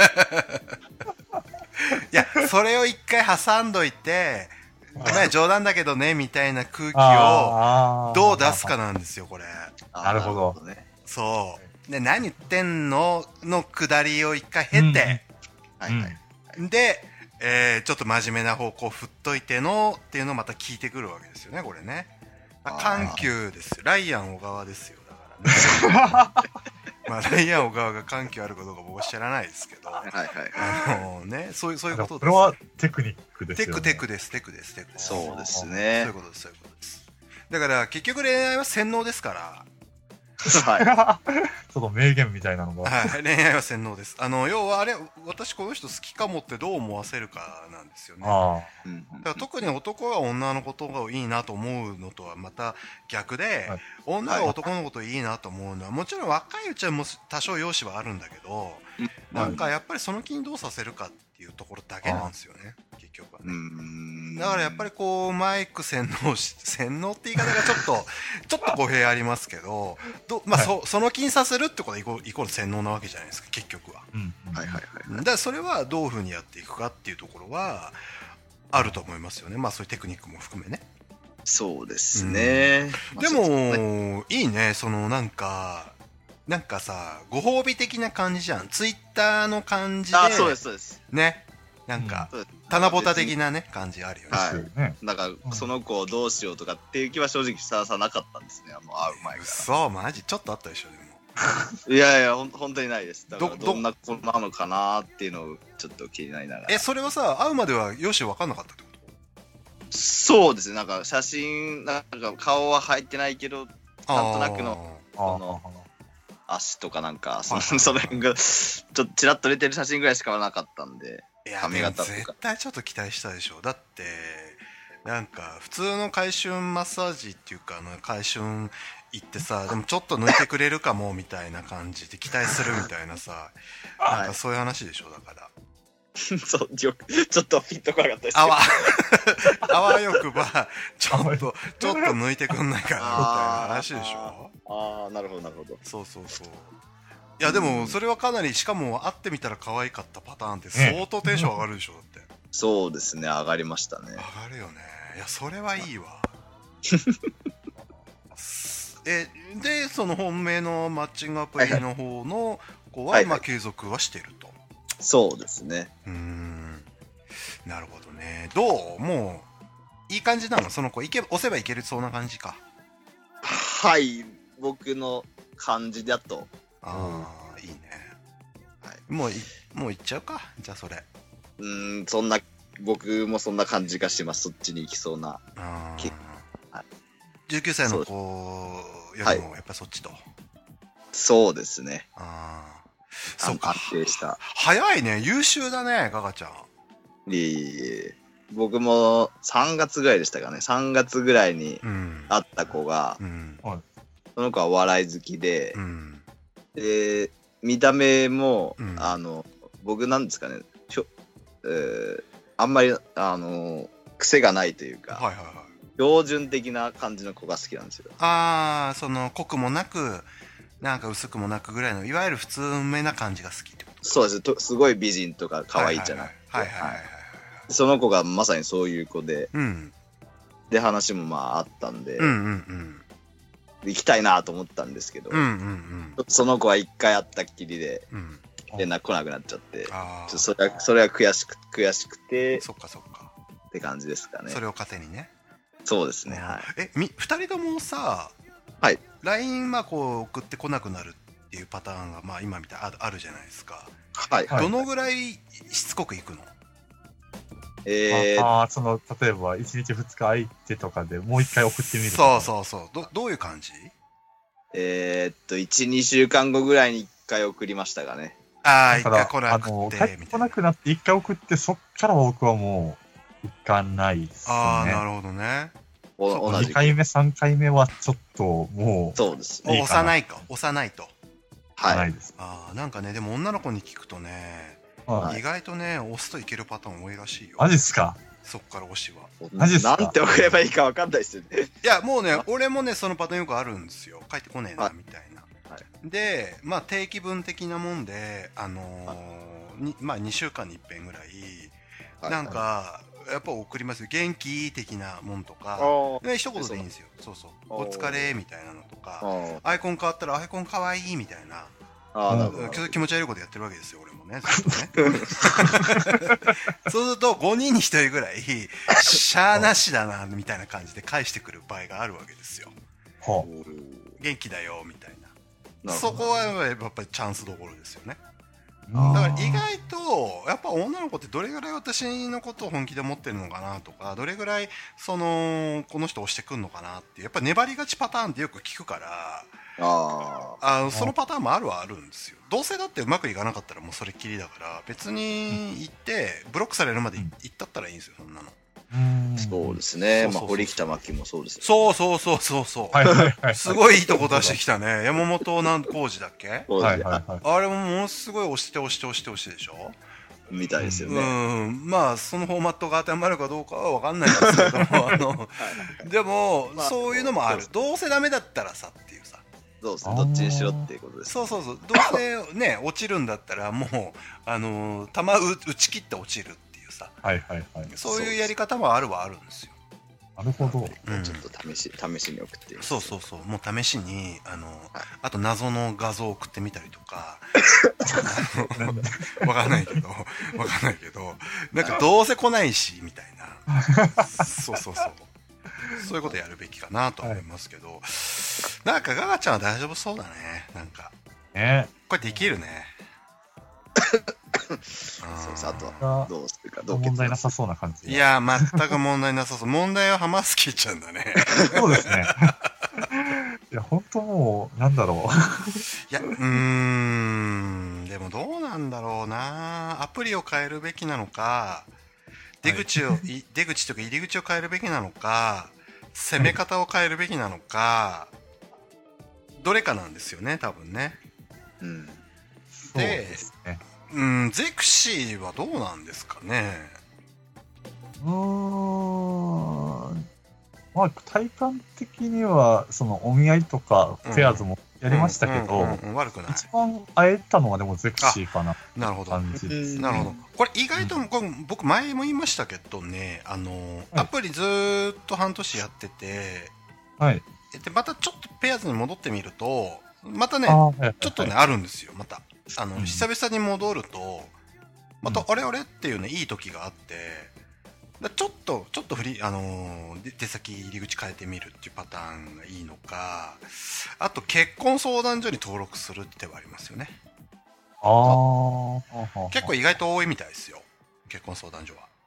や、それを一回挟んどいて、冗談だけどね、みたいな空気をどう出すかなんですよ、これ。 なるほど。 そう。で、何言ってんのの下りを一回経て、で、ちょっと真面目な方向振っといてのっていうのをまた聞いてくるわけですよね、これね。緩急ですよ。ライアン小川ですよ、だからね。まあ、ライアン小川が緩急あるかどうか僕は知らないですけど、ね、そういうことです。 これはテクニックですよね。 テクです。 そうですね。 そういうことです。だから結局恋愛は洗脳ですから。 はい。ちょっと名言みたいなのが。 はい、恋愛は洗脳です。要は私この人好きかもってどう思わせるかなんですよね。だから特に男が女のことがいいなと思うのとはまた逆で、女が男のこといいなと思うのは、もちろん若いうちはもう多少容姿はあるんだけど、なんかやっぱりその気にどうさせるかっていうところだけなんですよね、結局はね。だからやっぱりこうマイク洗脳って言い方がちょっと語弊ありますけど、まあその気にさせるってことはイコール洗脳なわけじゃないですか、結局は。だからそれはどういうふうにやっていくかっていうところはあると思いますよね。まあそういうテクニックも含めね。 そうですね。 でもいいね、そのなんかさ、ご褒美的な感じじゃん。ツイッターの感じで。 そうです。 ね。なんか、棚ぼた的なね、感じあるよね。なんか、その子をどうしようとかっていう気は正直さなかったんですね。もう会う前から。 そう、マジちょっとあったでしょ、でも。 いや、本当にないです。だからどんな子なのかなっていうのをちょっと気になりながら。 それはさ、会うまではよし分かんなかったってこと？ そうですね。なんか写真、なんか顔は入ってないけど、なんとなくの、足とかなんか、その辺が、ちょっとちらっと出てる写真ぐらいしかなかったんで、髪型とか。 絶対ちょっと期待したでしょ。だって、なんか、普通の回春マッサージっていうか、回春行ってさ、でもちょっと抜いてくれるかも、みたいな感じで期待するみたいなさ、なんかそういう話でしょ、だから。 そう、ちょっとフィットこなかったです。 あわよくば、ちょっと抜いてくんないかな、みたいな話でしょ。 なるほど。 そう。いや、でも、それはかなり、しかも、会ってみたら可愛かったパターンって相当テンション上がるでしょ、だって。 そうですね、上がりましたね。 上がるよね。いや、それはいいわ。で、その本命のマッチングアプリの方の子は、まあ、継続はしてると。 そうですね。 なるほどね。どう？もう、いい感じなの？その子、押せばいけるそうな感じか。 はい、僕の感じだと。 いいね。もう行っちゃうか。じゃあそれ。 僕もそんな感じがします。そっちに行きそうな。 19歳の子よりもやっぱそっちと。 そうですね。 そうか。 安定した。 早いね。優秀だね、ガガちゃん。 いえ。僕も3月ぐらいでしたかね。3月ぐらいに会った子が、その子はお笑い好きで、で、見た目も、僕なんですかね、あんまり、癖がないというか、標準的な感じの子が好きなんですよ。 その、濃くもなく、なんか薄くもなくぐらいの、いわゆる普通めな感じが好きってこと？ そうです。すごい美人とか可愛いじゃない。その子がまさにそういう子で、で、話もまああったんで、行きたいなと思ったんですけど、その子は一回会ったっきりで、連絡来なくなっちゃって、それは悔しくて、 そっか。 って感じですかね。 それを糧にね。 そうですね。はい。 2人ともさ、 はい。 LINE こう送ってこなくなるっていうパターンが、まあ今みたいあるじゃないですか。 はい。 どのぐらいしつこく行くの？ 例えば、1日2日空いてとかでもう一回送ってみると。そう。どういう感じ ？1、2週間後ぐらいに1回送りましたかね。 一回来なくて。 帰ってこなくなって1回送って、そっから僕はもう、行かないですね。 なるほどね。 2回目、3回目はちょっともう、 そうです。 押さないと。 はい。 なんかね、でも女の子に聞くとね、意外とね、押すといけるパターン多いらしいよ。 マジっすか？ そっから押しは。 マジっすか？ なんて送ればいいか分かんないっすよね。 いや、もうね、俺もね、そのパターンよくあるんですよ。帰ってこねえな、みたいな。で、まあ、定期分的なもんで、まあ、2週間に一遍ぐらい、なんか、やっぱ送りますよ。元気的なもんとか、一言でいいんですよ。そう。お疲れみたいなのとか、アイコン変わったらアイコンかわいいみたいな。気持ち悪いことやってるわけですよ、俺もね。そうすると、5人に1人ぐらい、しゃーなしだな、みたいな感じで返してくる場合があるわけですよ。元気だよ、みたいな。そこはやっぱりチャンスどころですよね。だから意外とやっぱ女の子ってどれぐらい私のことを本気で思ってるのかなとか、どれぐらいこの人押してくんのかなっていう、やっぱ粘りがちパターンってよく聞くから、そのパターンもあるんですよ。どうせだってうまくいかなかったらもうそれっきりだから、別に行ってブロックされるまで行ったったらいいんですよ、そんなの。 そうですね。まあ、堀北真希もそうです。 そう。すごいいいとこ出してきたね。山本浩二だっけ？あれもものすごい押してでしょ？ みたいですよね。 まあ、そのフォーマットが当てはまるかどうかは分かんないですけど、でも、そういうのもある。どうせダメだったらさっていうさ。 そうですね。どっちにしろっていうことです。 そう。どうせね、落ちるんだったら、もう、球打ち切って落ちるっていうさ。そういうやり方もあるんですよ。 なるほど。 ちょっと試しに送って。 そう。もう試しに、あと謎の画像を送ってみたりとか、わかんないけど、なんかどうせ来ないし、みたいな。そう。そういうことやるべきかなと思いますけど、なんかガガちゃんは大丈夫そうだね。なんか。これできるね。 そうです。あとはどうするか問題なさそうな感じ。 いや、全く問題なさそう。問題はハマスキーちゃんだね。 そうですね。いや、本当もう、なんだろう。 いや、でもどうなんだろうな。アプリを変えるべきなのか、出口というか入り口を変えるべきなのか、攻め方を変えるべきなのか、どれかなんですよね、多分ね。で、ゼクシーはどうなんですかね。 まあ、体感的には、その、お見合いとか、フェアーズもやりましたけど、 悪くない。 一番会えたのはでもゼクシーかな。 なるほど。 感じです。 なるほど。これ意外と、僕前も言いましたけどね、アプリずーっと半年やってて、で、またちょっとペアーズに戻ってみると、またね、ちょっとね、あるんですよ、また。久々に戻ると、また、あれっていうね、いい時があって、ちょっと出先入り口変えてみるっていうパターンがいいのか、あと結婚相談所に登録するって手はありますよね。結構意外と多いみたいですよ、結婚相談所は。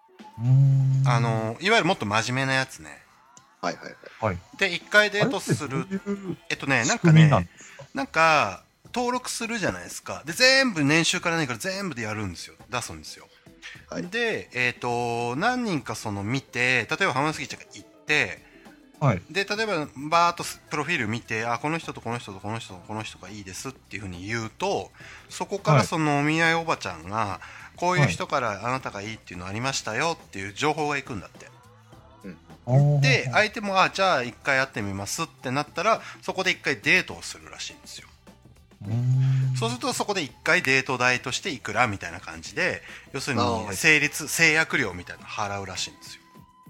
いわゆるもっと真面目なやつね。で、一回デートする。なんか、登録するじゃないですか。で、全部年収から何から全部でやるんですよ。出すんですよ。で、何人か見て、例えば浜崎ちゃんが行って、で、例えばバーッとプロフィール見て、この人とこの人とこの人とこの人がいいですっていうふうに言うと、そこからお見合いおばちゃんが、こういう人からあなたがいいっていうのありましたよっていう情報が行くんだって。で、相手も、じゃあ一回会ってみますってなったら、そこで一回デートをするらしいんですよ。そうするとそこで一回デート代としていくらみたいな感じで、要するに制約料みたいなの払うらしいんですよ。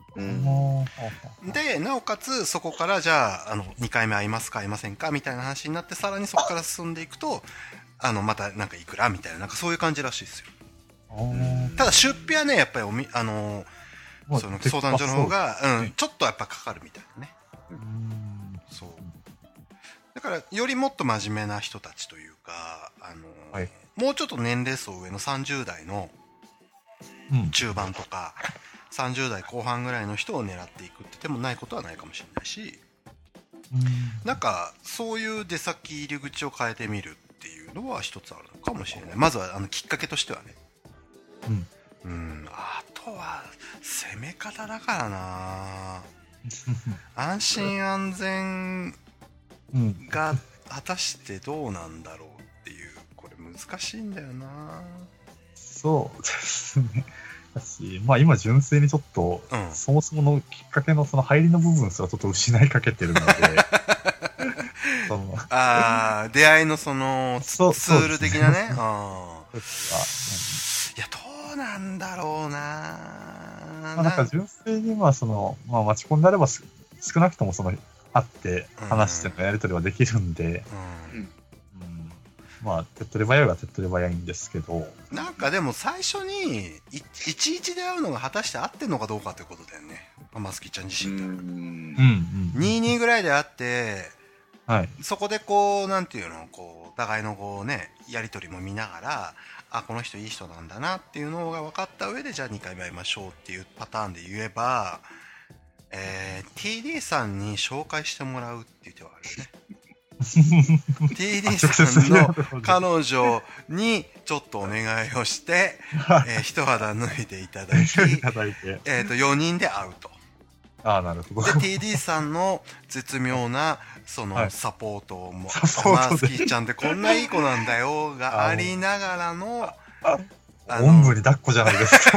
で、なおかつそこからじゃあ、2回目会いますか会いませんかみたいな話になって、さらにそこから進んでいくと、またなんかいくらみたいな、なんかそういう感じらしいですよ。ただ出費はね、やっぱりその相談所の方が、ちょっとやっぱかかるみたいなね。そう。だから、よりもっと真面目な人たちというか、もうちょっと年齢層上の30代の中盤とか30代後半ぐらいの人を狙っていくって手もないことはないかもしれないし、なんかそういう出先入り口を変えてみるっていうのは一つあるのかもしれない。まずはきっかけとしてはね。あとは攻め方だからな安心安全が果たしてどうなんだろうっていう、これ難しいんだよな。 そうですね。だし、まあ今純粋にちょっと、そもそものきっかけのその入りの部分すらちょっと失いかけてるので出会いのそのツール的なね。いや、どうなんだろうな。 なんか純粋にその、マチコンであれば少なくともその会って話してのやり取りはできるんで、手っ取り早いは手っ取り早いんですけど、 なんかでも最初に11で会うのが果たして合ってんのかどうかということだよね、マスキーちゃん自身と。22ぐらいで会って、そこでこうなんていうの、こうお互いのこうねやり取りも見ながら、あ、この人いい人なんだなっていうのが分かった上で、じゃあ2回目会いましょうっていうパターンで言えば、TD さんに紹介してもらうっていう手はあるよね。TD さんの彼女にちょっとお願いをして、一肌脱いでいただき、4人で会うと。 なるほど。 で TD さんの絶妙なそのサポートも、マスキーちゃんってこんないい子なんだよがありながらの、 おんぶに抱っこじゃないですか。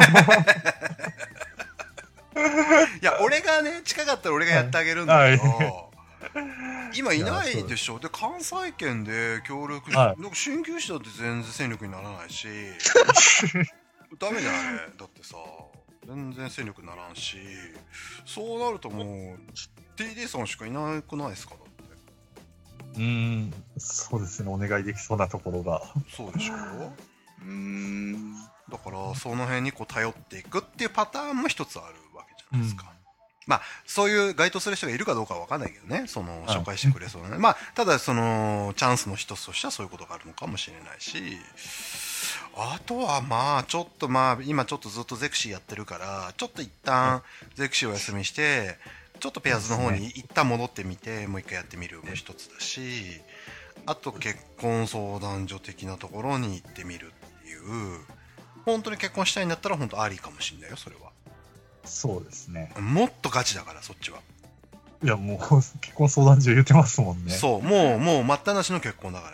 いや、俺がね近かったら俺がやってあげるんだけど、今いないでしょ。で、関西圏で協力して、なんか鍼灸師だって全然戦力にならないしダメじゃない。だってさ、全然戦力にならんし、そうなるともう TD さんしかいなくないですか。だってそうですね、お願いできそうなところが。 そうでしょ。だからその辺にこう頼っていくっていうパターンも一つあるわけじゃないですか。まあそういう該当する人がいるかどうかは分かんないけどね、その紹介してくれそうなね。まあただそのチャンスの一つとしてはそういうことがあるのかもしれないし、あとはまあちょっと今ちょっとずっとゼクシーやってるから、ちょっと一旦ゼクシーを休みして、ちょっとペアーズの方に一旦戻ってみて、もう一回やってみるも一つだし、あと結婚相談所的なところに行ってみるっていう、本当に結婚したいんだったら本当ありかもしれないよ、それは。 そうですね。 もっとガチだから、そっちは。 いや、もう結婚相談所言ってますもんね。 そう、もう待ったなしの結婚だから。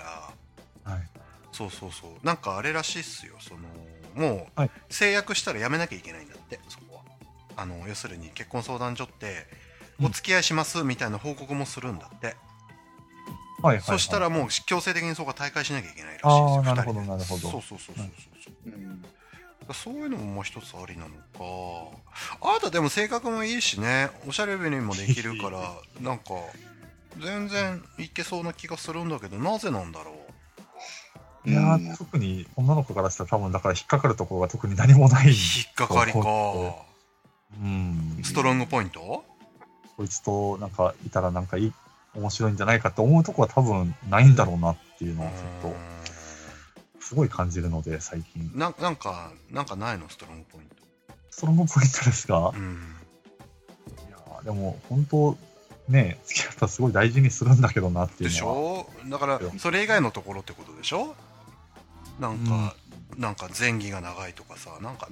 そうなんかあれらしいっすよ。そのもう制約したらやめなきゃいけないんだって、そこは。要するに結婚相談所ってお付き合いしますみたいな報告もするんだって。そしたらもう強制的にそこは退会しなきゃいけないらしいですよ。 なるほどなるほど。 そう。そういうのももう一つありなのか。あなたでも性格もいいしね、おしゃれべにもできるからなんか全然いけそうな気がするんだけど、なぜなんだろう。 いや特に女の子からしたら多分だから引っかかるところが特に何もない。 引っかかりか。ストロングポイント？ こいつとなんかいたらなんか面白いんじゃないかって思うところは多分ないんだろうなっていうのをちょっとすごい感じるので、最近。 なんかないの、ストロングポイント。 ストロングポイントですか？いやでも本当ね、付き合ったらすごい大事にするんだけどなっていうのは。 でしょ。だからそれ以外のところってことでしょ。なんか前戯が長いとかさ、なんか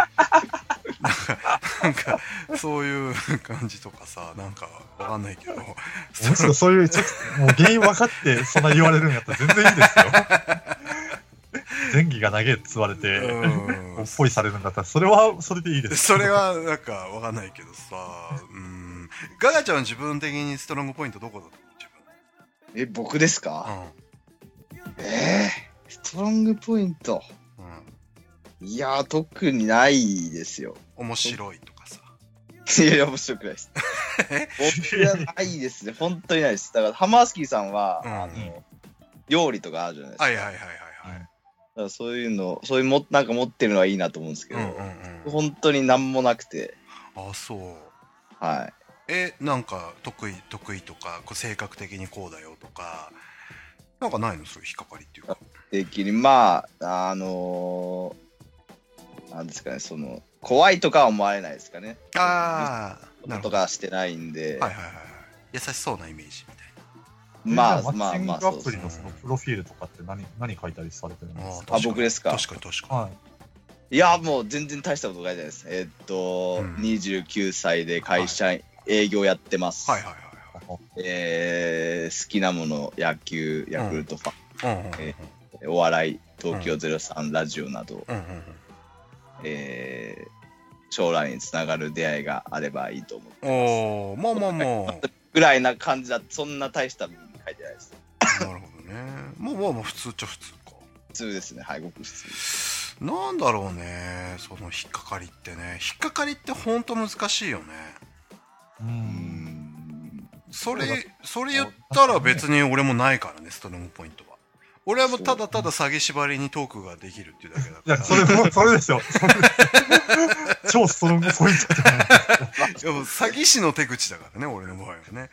そういう感じとかさ、なんかわかんないけど、 むしろそういうちょっともう原因分かってそんな言われるんやったら全然いいですよ。前戯が長いって言われてポイされるんだったらそれはそれでいいです。 それはなんかわかんないけどさ、ガガちゃんは自分的にストロングポイントどこだと思う？自分。 僕ですか？ストロングポイント。いや特にないですよ。 面白いとかさ。 いや面白くないです。僕はないですね。本当にないです。だからハマースキーさんは、料理とかあるじゃないですか。 はい。 だからそういうなんか持ってるのはいいなと思うんですけど、本当になんもなくて。 あ、そう。 はい。 なんか得意とか、こう性格的にこうだよとか、なんかないの、そういう引っかかりっていうか。 的になんですかね、怖いとかは思われないですかね。 ああ、 なるほど。とかしてないんで。 はいはいはい。優しそうなイメージみたいな。マッチングアプリのそのプロフィールとかって何書いたりされてるんですか？ 僕ですか？ 確かに。はい。 いや、もう全然大したこと書いてないです。29歳で会社営業やってます。 はいはいはい。 好きなもの、野球、ヤクルトファン、お笑い、東京03ラジオなど、将来につながる出会いがあればいいと思ってます。 もう。 ぐらいな感じだ。そんな大した文に書いてないです。 なるほどね。もう普通っちゃ普通か。 普通ですね。はい、ごく普通。 なんだろうね、その引っかかりってね。引っかかりってほんと難しいよね。それ言ったら別に俺もないからね、ストロングポイントは。俺はもうただただ詐欺縛りにトークができるっていうだけだから。 いや、それですよ。超ストロングポイントじゃないですか。 詐欺師の手口だからね、俺の場合はね。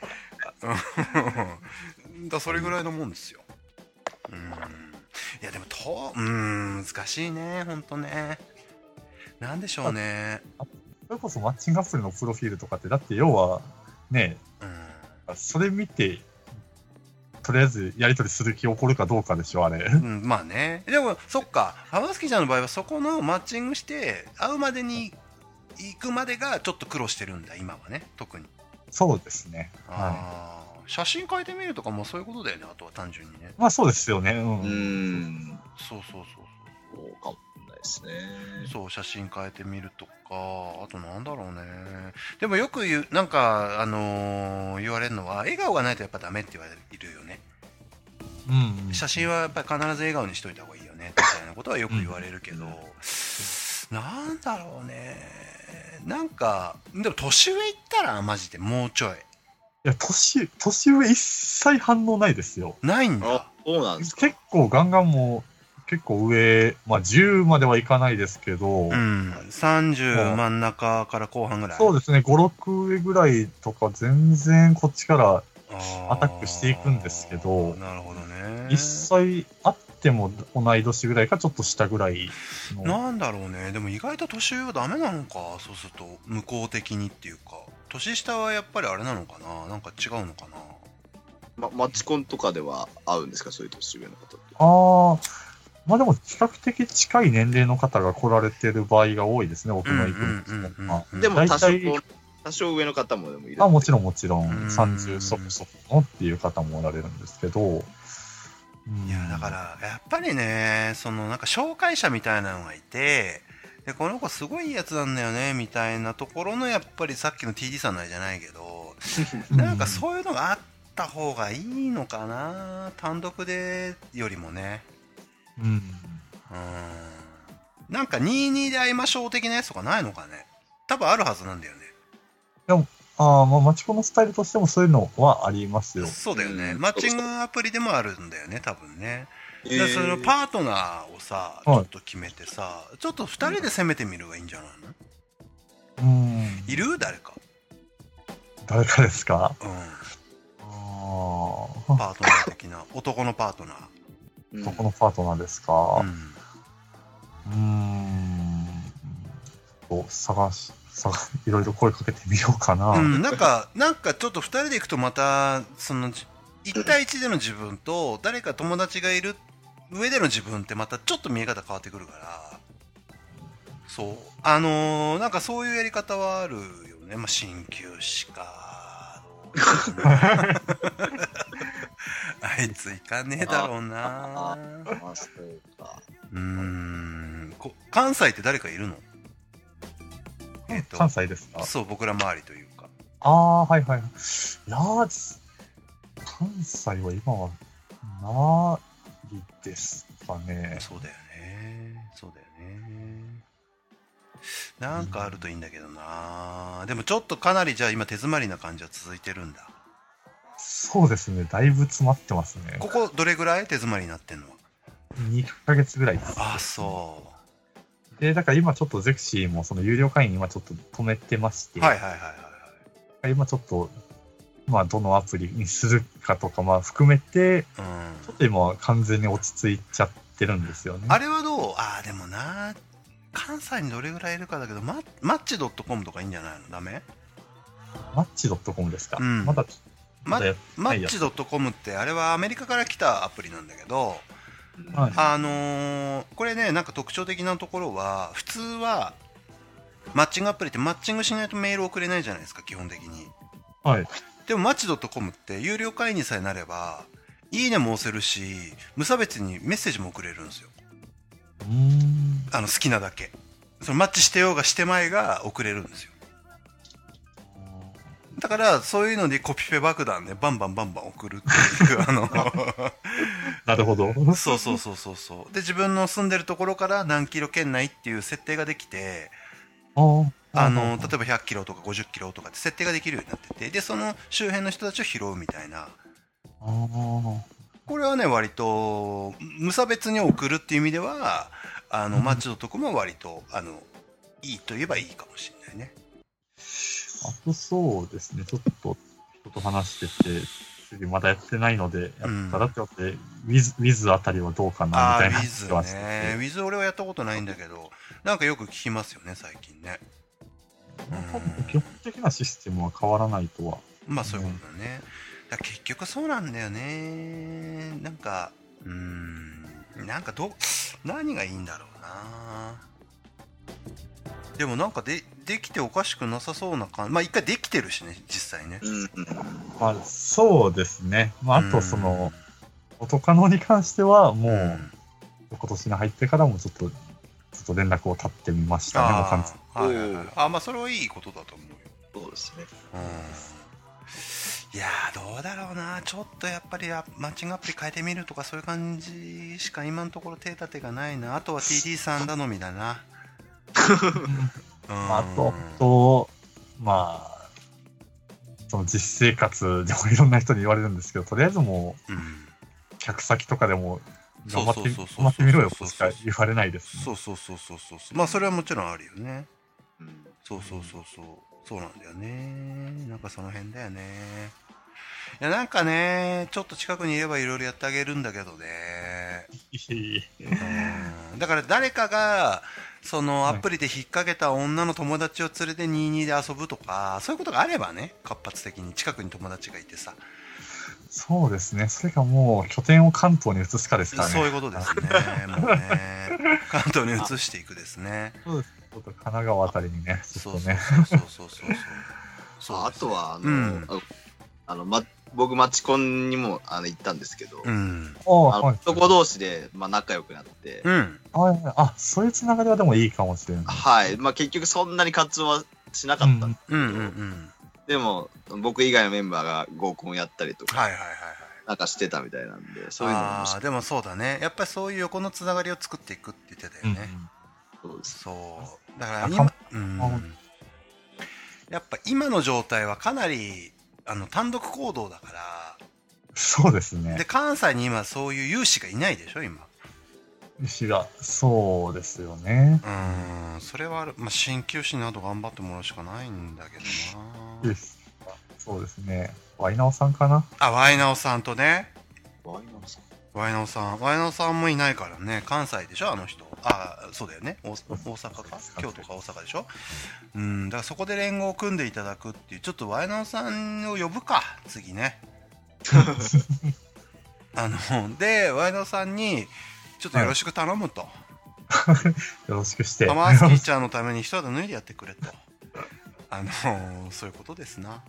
それぐらいのもんですよ。いやでも難しいね、ほんとね。なんでしょうね。 それこそマッチングアプリのプロフィールとかって、だって要はね、それ見てとりあえずやり取りする気起こるかどうかでしょ、あれ。 まあね。でもそっか、浜月ちゃんの場合はそこのマッチングして会うまでに行くまでがちょっと苦労してるんだ、今はね、特に。 そうですね。 写真変えてみるとかもそういうことだよね、あとは単純にね。 まあそうですよね。 そうかもないですね。 そう、写真変えてみるとか、あとなんだろうね。でもよくなんか言われるのは、笑顔がないとやっぱダメって言われるよね。写真はやっぱり必ず笑顔にしといた方がいいよねみたいなことはよく言われるけど、なんだろうね。なんかでも年上いったらマジでもうちょい。 いや、年上一切反応ないですよ。 ないんだ。 そうなんですか。 結構ガンガンも結構上、まあ10まではいかないですけど、 30真ん中から後半ぐらい。 そうですね、5、6上ぐらいとか全然こっちからアタックしていくんですけど、 なるほどね。 一切あっても同い年ぐらいかちょっと下ぐらいの。 なんだろうね。でも意外と年上はダメなのか、そうすると向こう的にっていうか。年下はやっぱりあれなのかな、なんか違うのかな。マチコンとかでは会うんですか、そういう年上の方って。 まあでも比較的近い年齢の方が来られてる場合が多いですね、僕の行くんですけど。 でも多少上の方もでもいる。 もちろん30そこそこのっていう方もおられるんですけど。 いやだからやっぱりね、そのなんか紹介者みたいなのがいて、でこの子すごいいいやつなんだよねみたいなところの、やっぱりさっきの TD さんのあれじゃないけどなんかそういうのがあった方がいいのかな、単独でよりもね。なんか22で会いましょう的なやつとかないのかね。多分あるはずなんだよね。 でもまあマチコンのスタイルとしてもそういうのはありますよ。 そうだよね。マッチングアプリでもあるんだよね、多分ね。でそのパートナーをさ、ちょっと決めてさ、ちょっと2人で攻めてみるがいいんじゃないの？いる？誰かですか？ パートナー的な、男のパートナー。 男のパートナーですか？いろいろ声かけてみようかな。 なんかちょっと2人で行くとまたその1対1での自分と誰か友達がいる上での自分ってまたちょっと見え方変わってくるから、そうなんかそういうやり方はあるよね。まあ鍼灸師かあいつ行かねえだろうな。関西って誰かいるの？ 関西ですか？ そう、僕ら周りというか。 はいはい。いやー、関西は今はないですかね。 そうだよね。そうだよね。なんかあるといいんだけどな。でもちょっとかなりじゃあ今手詰まりな感じは続いてるんだ。 そうですね。だいぶ詰まってますね。 ここどれぐらい手詰まりになってんのは ？2ヶ月ぐらいです。 そう。 で、だから今ちょっとゼクシーもその有料会員今ちょっと止めてまして。今ちょっと、まあどのアプリにするかとかまあ含めて、ちょっと今完全に落ち着いちゃってるんですよね。 あれはどう？でもな、 関西にどれぐらいいるかだけど、マッチ .com とかいいんじゃないの？ダメ？ マッチ .com ですか？ うん。 マッチ .com ってあれはアメリカから来たアプリなんだけど、 はい、 これね、なんか特徴的なところは、普通はマッチングアプリってマッチングしないとメール送れないじゃないですか、基本的に。 はい。 でもマッチ .com って有料会員にさえなればいいねも押せるし、無差別にメッセージも送れるんですよ。好きなだけ。そのマッチしてようがしてまいが送れるんですよ。だからそういうのでコピペ爆弾でバンバン送るっていうなるほど。 そうで自分の住んでるところから何キロ圏内っていう設定ができて、例えば100キロとか50キロとかって設定ができるようになってて、でその周辺の人たちを拾うみたいな。これはね、割と無差別に送るっていう意味ではマッチ.comは割といいと言えばいいかもしれないね。 あとそうですね、ちょっと人と話してて、次まだやってないので、やったらって思って、ウィズあたりはどうかなみたいな話はしてて。 ウィズ俺はやったことないんだけど、なんかよく聞きますよね、最近ね。 基本的なシステムは変わらないとは。 まあそういうことだね。だ結局そうなんだよね。なんか何がいいんだろうな。でもなんかできておかしくなさそうな感じ。まあ一回できてるしね、実際ね。 まあそうですね。まああとその、元カノに関してはもう、今年に入ってからもちょっと連絡を絶ってみましたね。 まあそれはいいことだと思うよ。 そうですね。 いやーどうだろうな。ちょっとやっぱりマッチングアプリ変えてみるとかそういう感じしか今のところ手立てがないな。あとは TD さん頼みだな。 あと、まあ、その実生活でもいろんな人に言われるんですけど、とりあえずもう、客先とかでも頑張ってみろよとしか言われないですね。 まあそれはもちろんあるよね。そうなんだよね。なんかその辺だよね。いやなんかね、ちょっと近くにいればいろいろやってあげるんだけどね。だから誰かがそのアプリで引っ掛けた女の友達を連れて22で遊ぶとか、そういうことがあればね、活発的に近くに友達がいてさ。 そうですね。それかもう拠点を関東に移すかですからね。 そういうことですね。もうね、関東に移していくですね。 そうです。ちょっと神奈川あたりにね。 あとは僕マチコンにも行ったんですけど、男同士で仲良くなって、 そういうつながりはでもいいかもしれない。 はい。結局そんなに活動はしなかったんですけど、でも僕以外のメンバーが合コンやったりとか、なんかしてたみたいなんで、そういうのもでもそうだね。やっぱりそういう横のつながりを作っていくって言ってたよね。そうだから今、やっぱ今の状態はかなり単独行動だから。 そうですね。 で関西に今そういう有志がいないでしょ今。 有志がそうですよね。 それはある。まあ鍼灸師など頑張ってもらうしかないんだけどな。 そうですね。ワイナオさんかな。 ワイナオさんとね。 ワイナオさん。 ワイナオさんもいないからね。関西でしょあの人。そうだよね。大阪か京都か大阪でしょ。だからそこで連合を組んでいただくっていう。ちょっとワイナオさんを呼ぶか次ね。でワイナオさんにちょっとよろしく頼むと。よろしくして。 アマースキーちゃんのために一肌脱いでやってくれと。そういうことですな。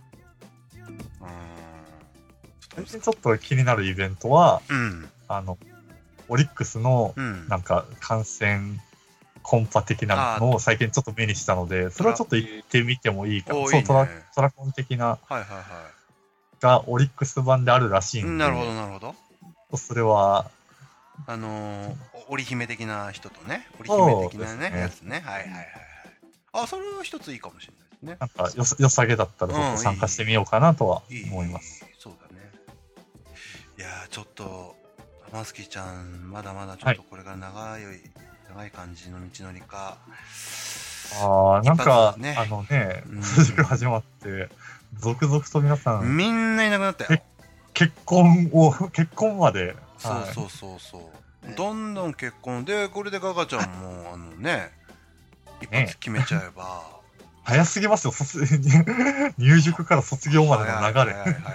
ちょっと気になるイベントは、オリックスのなんか観戦コンパ的なのを最近ちょっと目にしたので、それはちょっと行ってみてもいいかな。そう、トラコン的ながオリックス版であるらしいんで。 なるほど。 それは織姫的な人とね、織姫的なねやつね。それは一ついいかもしれないですね。 なんか良さげだったらちょっと参加してみようかなとは思います。 そうだね。いやちょっとアマスキーちゃんまだまだちょっとこれから長い感じの道のりか。 なんか始まって続々と皆さんみんないなくなったよ。 結婚まで。 そう。どんどん結婚で、これでガガちゃんも一発決めちゃえば。 早すぎますよ、入塾から卒業までの流れ。 早い。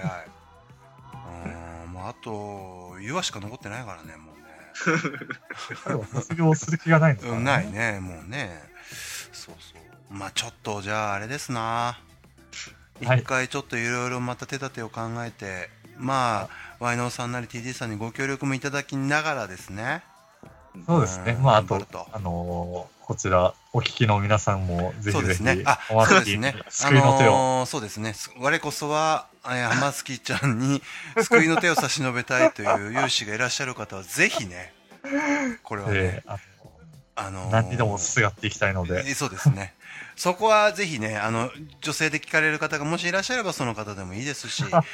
あと、言わしか残ってないからね、もうね。 彼は卒業する気がないのかな。 ないね、もうね。そう。まあちょっと、じゃああれですな。一回ちょっといろいろまた手立てを考えて、まあ、ワイノーさんなり TD さんにご協力もいただきながらですね。 そうですね。まあ、あと、こちら、お聞きの皆さんも、ぜひぜひ、そうですね。 そうですね。 救いの手を。 そうですね。我こそは、浜月ちゃんに救いの手を差し伸べたいという有志がいらっしゃる方は、ぜひね、これはね、 何にでもすがっていきたいので。 そうですね。そこはぜひね、女性で聞かれる方がもしいらっしゃればその方でもいいですし、なん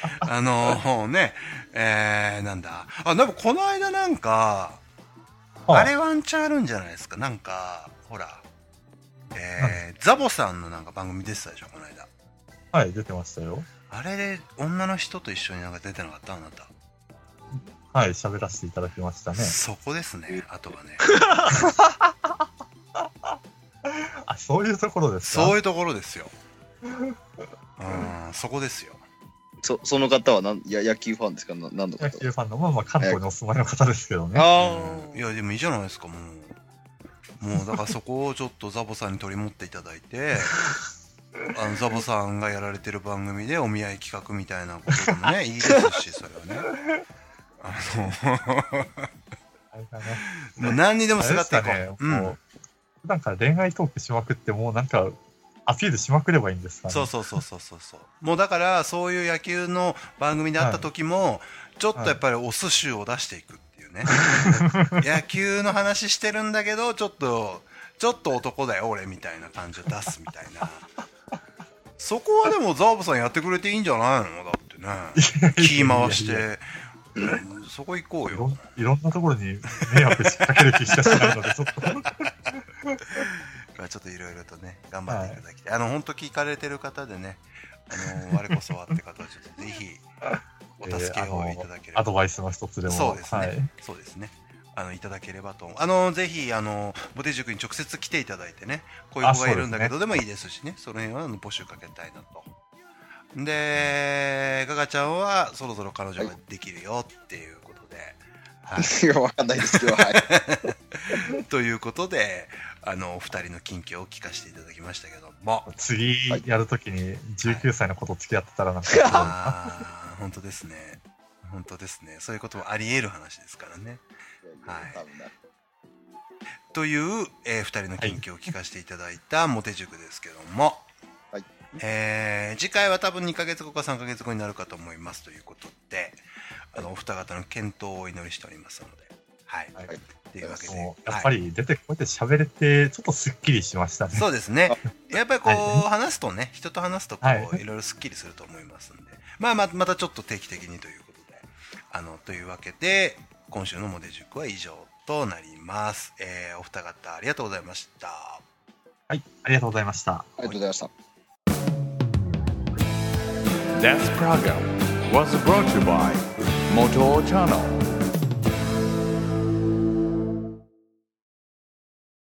だ。でもこの間なんか、あれワンチャンあるんじゃないですか。なんか、ほら、ザボさんのなんか番組出てたでしょ、この間。 はい、出てましたよ。 あれで女の人と一緒になんか出てなかった？あなた。 はい、喋らせていただきましたね。 そこですね、あとはね。 そういうところですか？ そういうところですよ。そこですよ。 その方は野球ファンですか？何の方？ 野球ファンの、まあ関東にお住まいの方ですけどね。 いや、でもいいじゃないですか、もうだからそこをちょっとザボさんに取り持っていただいて、ザボさんがやられてる番組でお見合い企画みたいなことでもね、いいですし、それはね。もう何にでもすがっていこう。 普段から恋愛トークしまくって、もうなんか、アピールしまくればいいんですかね。 そう。もうだから、そういう野球の番組であった時も、ちょっとやっぱりオス臭を出していくっていうね。野球の話してるんだけど、ちょっと男だよ、俺みたいな感じを出すみたいな。そこはでも、ザーブさんやってくれていいんじゃないの？だってね。気回して。そこ行こうよ。 いろんなところに迷惑しかける気しかしないので、ちょっと。 ちょっといろいろとね、頑張っていただきたい。本当聞かれてる方でね、我こそはって方はちょっとぜひ、お助けをいただければ。 アドバイスの一つでも。 そうですね。そうですね。いただければと思う。ぜひ、ボテ塾に直接来ていただいてね、こういう子がいるんだけどでもいいですしね、その辺は募集かけたいなと。で、ガガちゃんはそろそろ彼女ができるよっていうことで。 わかんないですけど、はい。 ということで、お二人の近況を聞かせていただきましたけども。 次やるときに19歳の子と付き合ってたらなんか、 本当ですね。そういうこともあり得る話ですからね。はい。という、二人の近況を聞かせていただいたモテ塾ですけども、 はい。 次回は多分2ヶ月後か3ヶ月後になるかと思いますということで、お二方の健闘をお祈りしておりますので、はい。というわけで、 やっぱり出てこうやって喋れてちょっとスッキリしましたね。 そうですね。やっぱりこう話すとね、人と話すとこういろいろスッキリすると思いますんで、またちょっと定期的にということで、というわけで今週のモテ塾は以上となります。お二方ありがとうございました。 はい、ありがとうございました。 ありがとうございました。 This program was brought to you by Moto Channel.